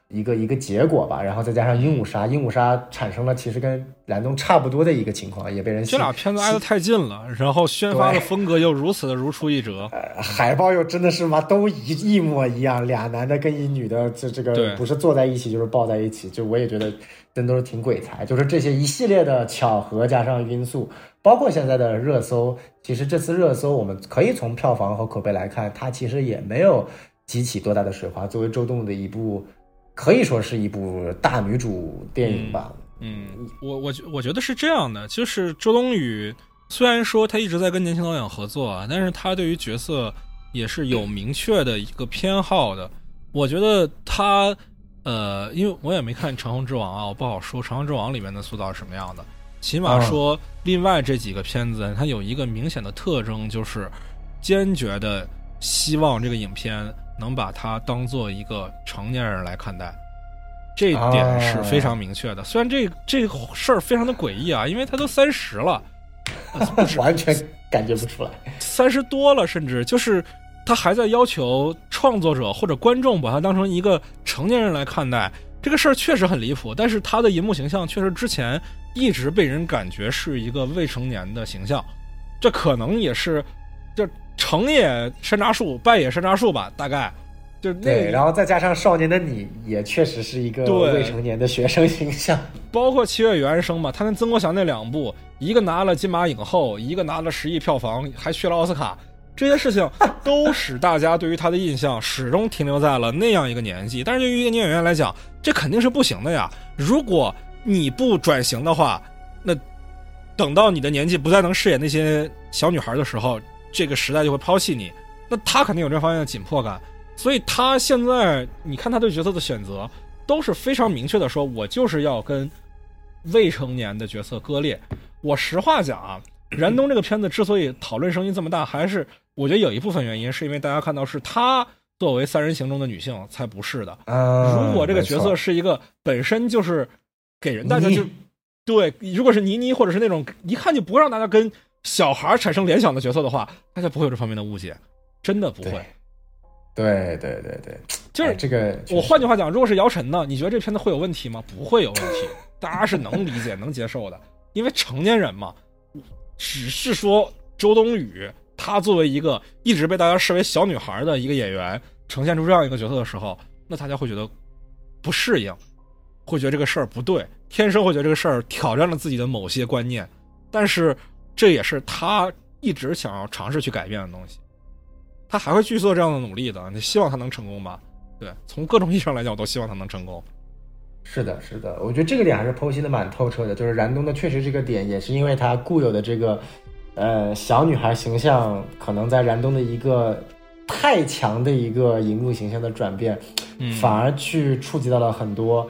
[SPEAKER 1] 一个结果吧，然后再加上鹦鹉杀产生了其实跟燃冬差不多的一个情况，也被人
[SPEAKER 2] 这俩片子挨得太近了，然后宣发的风格又如此的如出一辙，
[SPEAKER 1] 海报又真的是嘛都一模一样，俩男的跟一女的这个不是坐在一起就是抱在一起，就我也觉得真都是挺鬼才，就是这些一系列的巧合加上因素，包括现在的热搜，其实这次热搜我们可以从票房和口碑来看，它其实也没有激起多大的水花，作为周冬雨的一部可以说是一部大女主电影吧。
[SPEAKER 2] 我觉得是这样的，就是周冬雨虽然说她一直在跟年轻导演合作啊，但是她对于角色也是有明确的一个偏好的。我觉得她因为我也没看《长虹之王》啊，我不好说《长虹之王》里面的塑造是什么样的。起码说另外这几个片子它有一个明显的特征，就是坚决的希望这个影片能把它当做一个成年人来看待，这一点是非常明确的。虽然这个事儿非常的诡异啊，因为他都30了，
[SPEAKER 1] 完全感觉不出来
[SPEAKER 2] ，30多了，甚至就是他还在要求创作者或者观众把他当成一个成年人来看待，这个事儿确实很离谱。但是他的银幕形象确实之前一直被人感觉是一个未成年的形象，这可能也是就成也山楂树，败也山楂树吧，大概就
[SPEAKER 1] 对，然后再加上少年的你也确实是一个未成年的学生形象，
[SPEAKER 2] 包括七月与安生嘛，他跟曾国祥那2部，一个拿了金马影后，一个拿了10亿票房，还去了奥斯卡，这些事情都使大家对于他的印象始终停留在了那样一个年纪。但是对于一个女演员来讲，这肯定是不行的呀。如果你不转型的话，那等到你的年纪不再能饰演那些小女孩的时候，这个时代就会抛弃你。那他肯定有这方面的紧迫感，所以他现在你看他对角色的选择都是非常明确的说，我就是要跟未成年的角色割裂。我实话讲啊，燃冬这个片子之所以讨论声音这么大，还是我觉得有一部分原因是因为大家看到是她作为三人行中的女性才不是的。如果这个角色是一个本身就是给人大家就对，如果是倪妮或者是那种一看就不会让大家跟小孩产生联想的角色的话，大家不会有这方面的误解，真的不会。
[SPEAKER 1] 对，
[SPEAKER 2] 就是
[SPEAKER 1] 这个。
[SPEAKER 2] 我换句话讲，如果是姚晨呢，你觉得这片子会有问题吗？不会有问题，大家是能理解、能接受的，因为成年人嘛。只是说周冬雨她作为一个一直被大家视为小女孩的一个演员，呈现出这样一个角色的时候，那大家会觉得不适应，会觉得这个事儿不对，天生会觉得这个事儿挑战了自己的某些观念，但是这也是他一直想要尝试去改变的东西，他还会继续做这样的努力的。你希望他能成功吧？对，从各种意义上来讲，我都希望他能成功。
[SPEAKER 1] 是的，我觉得这个点还是剖析的蛮透彻的。就是燃冬的确实这个点，也是因为他固有的这个小女孩形象，可能在燃冬的一个太强的一个荧幕形象的转变，反而去触及到了很多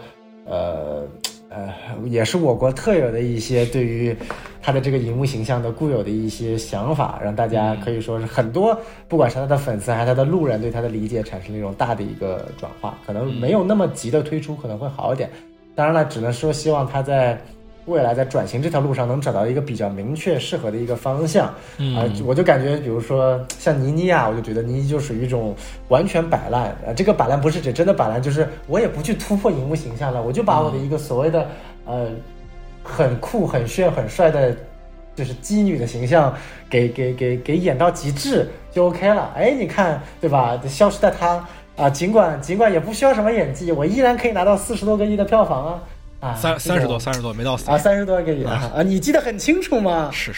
[SPEAKER 1] 也是我国特有的一些对于他的这个荧幕形象的固有的一些想法，让大家可以说是很多，不管是他的粉丝还是他的路人，对他的理解产生了一种大的一个转化，可能没有那么急的推出可能会好一点。当然了，只能说希望他在未来在转型这条路上能找到一个比较明确适合的一个方向。我就感觉比如说像倪妮啊，我就觉得倪妮就属于一种完全摆烂，这个摆烂不是指真的摆烂，就是我也不去突破荧幕形象了，我就把我的一个所谓的很酷很炫很帅的就是妓女的形象给演到极致就 OK 了。哎，你看对吧，消失的她啊，尽管也不需要什么演技，我依然可以拿到40多个亿的票房啊
[SPEAKER 2] 30多没到40
[SPEAKER 1] 啊，30多个亿啊，你记得很清楚吗？
[SPEAKER 2] 是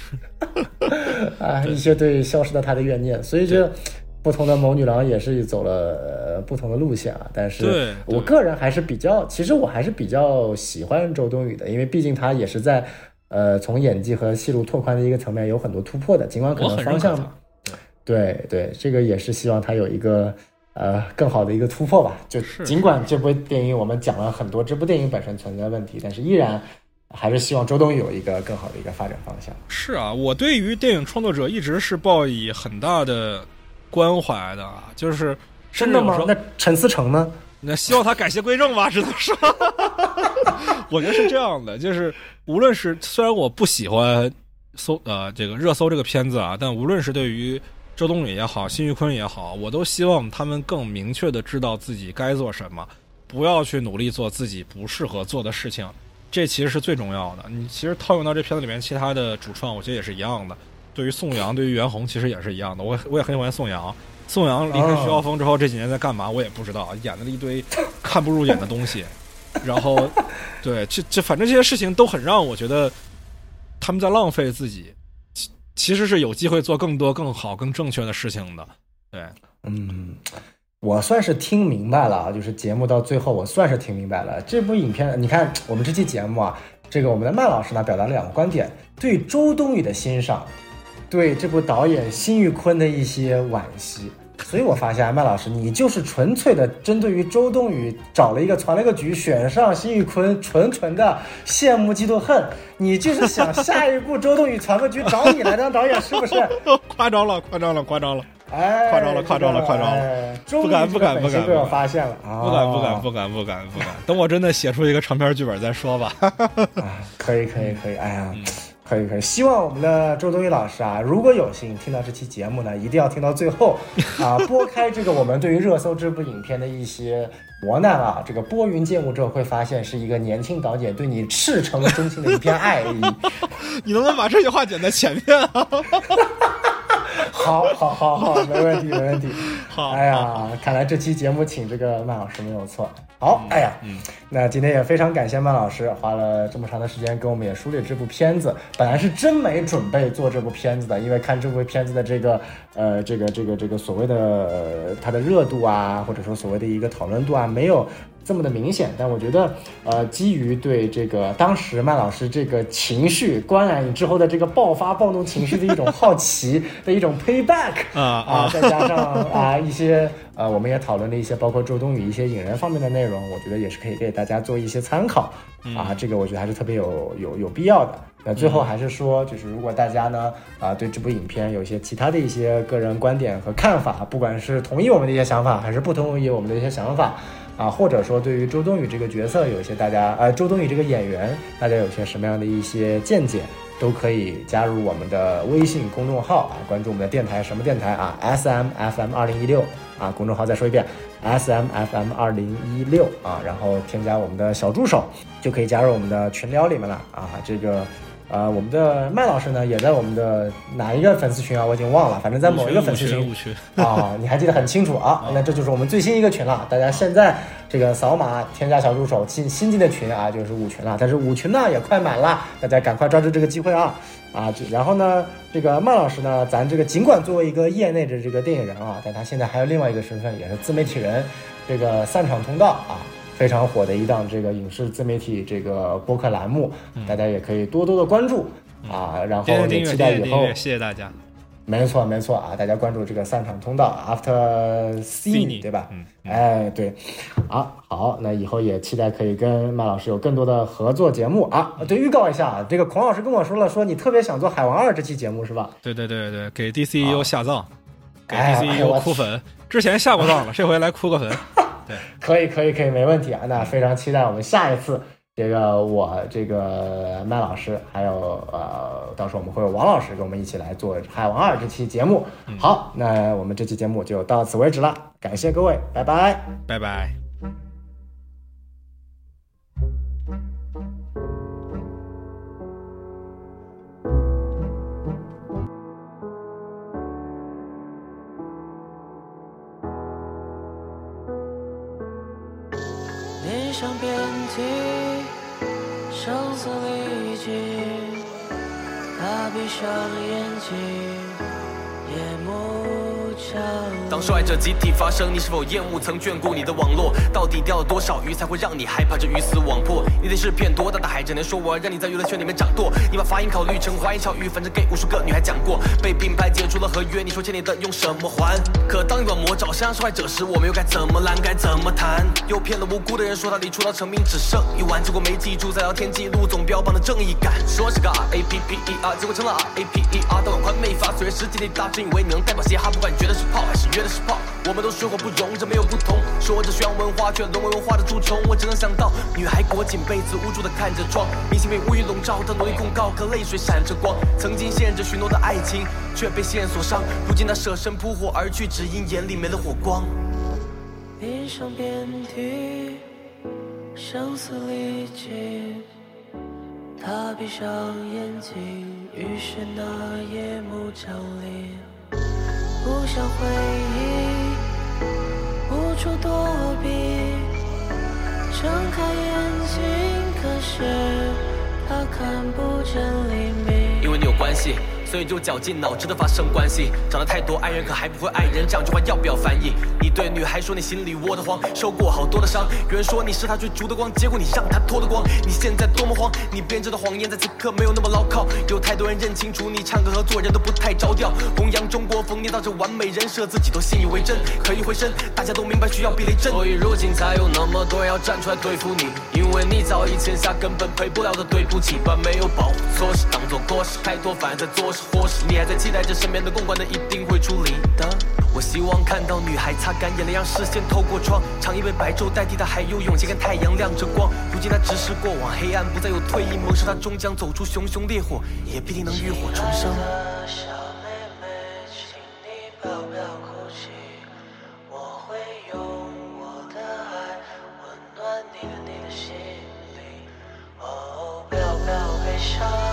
[SPEAKER 1] 啊，一些对消失的她的怨念，所以这不同的谋女郎也是走了不同的路线啊。但是我个人还是其实我还是比较喜欢周冬雨的，因为毕竟她也是在从演技和戏路拓宽的一个层面有很多突破的，尽管可能方向对，这个也是希望她有一个更好的一个突破吧。就尽管这部电影我们讲了很多这部电影本身存在的问题，但是依然还是希望周冬雨有一个更好的一个发展方向。
[SPEAKER 2] 是啊，我对于电影创作者一直是抱以很大的关怀的，就是
[SPEAKER 1] 真的吗？那陈思诚呢？
[SPEAKER 2] 那希望他改邪归正吧，只能说，我觉得是这样的，就是无论是虽然我不喜欢这个热搜这个片子啊，但无论是对于周冬雨也好，辛玉坤也好，我都希望他们更明确的知道自己该做什么， 不要去努力做自己不适合做的事情，这其实是最重要的。你其实套用到这片子里面其他的主创，我觉得也是一样的。对于宋阳，对于袁弘，其实也是一样的。我也很喜欢宋阳。宋阳离开徐浩峰之后，这几年在干嘛我也不知道，演了一堆看不入眼的东西。然后，对，反正这些事情都很让我觉得他们在浪费自己。其实是有机会做更多、更好、更正确的事情的。对，
[SPEAKER 1] 我算是听明白了，就是节目到最后，我算是听明白了。这部影片，你看我们这期节目啊，这个我们的麦老师呢表达了2个观点：对周冬雨的欣赏，对这部导演辛玉坤的一些惋惜。所以我发现麦老师，你就是纯粹的针对于周冬雨传了一个局，选上辛玉坤，纯的羡慕嫉妒恨。你就是想下一部周冬雨传个局找你来当导演，是不是？
[SPEAKER 2] 夸张了。
[SPEAKER 1] 哎，
[SPEAKER 2] 夸张了！不敢，
[SPEAKER 1] 被我发现了，
[SPEAKER 2] 不敢。等我真的写出一个长篇剧本再说吧。
[SPEAKER 1] 可以，哎呀，可以。希望我们的周冬雨老师啊，如果有幸听到这期节目呢，一定要听到最后啊，拨开这个我们对于热搜这部影片的一些磨难啊，这个拨云见雾之后，会发现是一个年轻导演对你赤诚忠心的一片爱意。
[SPEAKER 2] 你能不能把这句话剪在前面啊？
[SPEAKER 1] 好，没问题。好，哎呀，看来这期节目请这个麦老师没有错。好，哎呀，那今天也非常感谢麦老师花了这么长的时间跟我们也梳理这部片子。本来是真没准备做这部片子的，因为看这部片子的这个所谓的它的热度啊，或者说所谓的一个讨论度啊，没有这么的明显。但我觉得基于对这个当时麦老师这个情绪观影之后的这个暴动情绪的一种好奇的一种 payback 再加上一些我们也讨论了一些包括周冬雨一些引人方面的内容，我觉得也是可以给大家做一些参考这个我觉得还是特别有必要的。那最后还是说，就是如果大家呢对这部影片有一些其他的一些个人观点和看法，不管是同意我们的一些想法，还是不同意我们的一些想法或者说对于周冬雨这个角色有一些大家周冬雨这个演员大家有些什么样的一些见解，都可以加入我们的微信公众号关注我们的电台，什么电台SMFM2016公众号再说一遍SMFM2016然后添加我们的小助手，就可以加入我们的群聊里面了这个我们的麦老师呢也在我们的哪一个粉丝群我已经忘了，反正在某一个粉丝群你还记得很清楚那这就是我们最新一个群了。大家现在这个扫码添加小助手新进的群就是5群了，但是5群呢也快满了，大家赶快抓住这个机会然后呢这个麦老师呢，咱这个尽管作为一个业内的这个电影人但他现在还有另外一个身份，也是自媒体人，这个散场通道非常火的一档这个影视自媒体这个播客栏目，大家也可以多多的关注然后也期待以后
[SPEAKER 2] 谢谢大家。
[SPEAKER 1] 没错大家关注这个散场通道 After Scene 对吧对好，那以后也期待可以跟麦老师有更多的合作节目对，预告一下这个孔老师跟我说了，说你特别想做海王2这期节目是吧？
[SPEAKER 2] 对，给 DCU 下葬给 DCU 哭粉之前下过葬了这回来哭个粉对，
[SPEAKER 1] 可以没问题那非常期待我们下一次这个我这个麦老师还有到时候我们会有王老师跟我们一起来做海王2这期节目好，那我们这期节目就到此为止了，感谢各位，拜拜。
[SPEAKER 3] 脸上遍体声嘶力尽，他闭上眼睛，夜幕降临。
[SPEAKER 4] 当受害者集体发生，你是否厌恶曾眷顾你的网络？到底钓了多少鱼才会让你害怕这鱼死网破？你得是片多大的海，只能说我让你在娱乐圈里面掌舵。你把发音考虑成华言巧语，反正给无数个女孩讲过。被品牌解除了合约，你说欠你的用什么还？可当你把魔爪伸向受害者时，我们又该怎么拦，该怎么谈？又骗了无辜的人，说他离出道成名只剩1晚，结果没记住在聊天记录总标榜的正义感。说是个 RAPPER， 结果成了 RAPER。 到款没法，随着时间的大，真以为你能代表嘻哈，不管你觉得是炮还是约的是炮。我们都水火不容，这没有不同。说着宣扬文化，却沦为文化的蛀虫。我只能想到，女孩裹紧被子，无助地看着妆。明星被乌云笼罩，她努力控告，可泪水闪着光。曾经献着许诺的爱情，却被线索伤。如今她舍身扑火而去，只因眼里没了火光。
[SPEAKER 3] 脸上遍体声嘶力尽。他闭上眼睛，于是那夜幕降临。不想回忆，无处躲避，睁开眼睛，可是他看不见黎明。
[SPEAKER 4] 因为你有关系，所以就绞尽脑汁的发生关系。长得太多爱人，可还不会爱人，这样句话要不要翻译？你对女孩说你心里窝得慌，受过好多的伤。有人说你是她追逐的光，结果你让她脱了光。你现在多么慌，你编织的谎言在此刻没有那么牢靠。有太多人认清楚，你唱歌和做人都不太着调。弘扬中国风，捏造着完美人设，自己都信以为真。可一回身，大家都明白需要避雷针，所以如今才有那么多人要站出来对付你。因为你早已欠下根本赔不了的对不起，把没有保护措施当作过失，太多反而在做事。或是你还在期待着身边的公关的一定会处理的。我希望看到女孩擦干眼泪，让视线透过窗，尝一杯白粥代替她还有勇气跟太阳亮着光。如今她只是过往，黑暗不再有退役模式，她终将走出熊熊烈火，也必定能浴火重生。
[SPEAKER 3] 小妹妹，请你不要哭泣，我会用我的爱温暖你的心灵。哦，不要悲伤。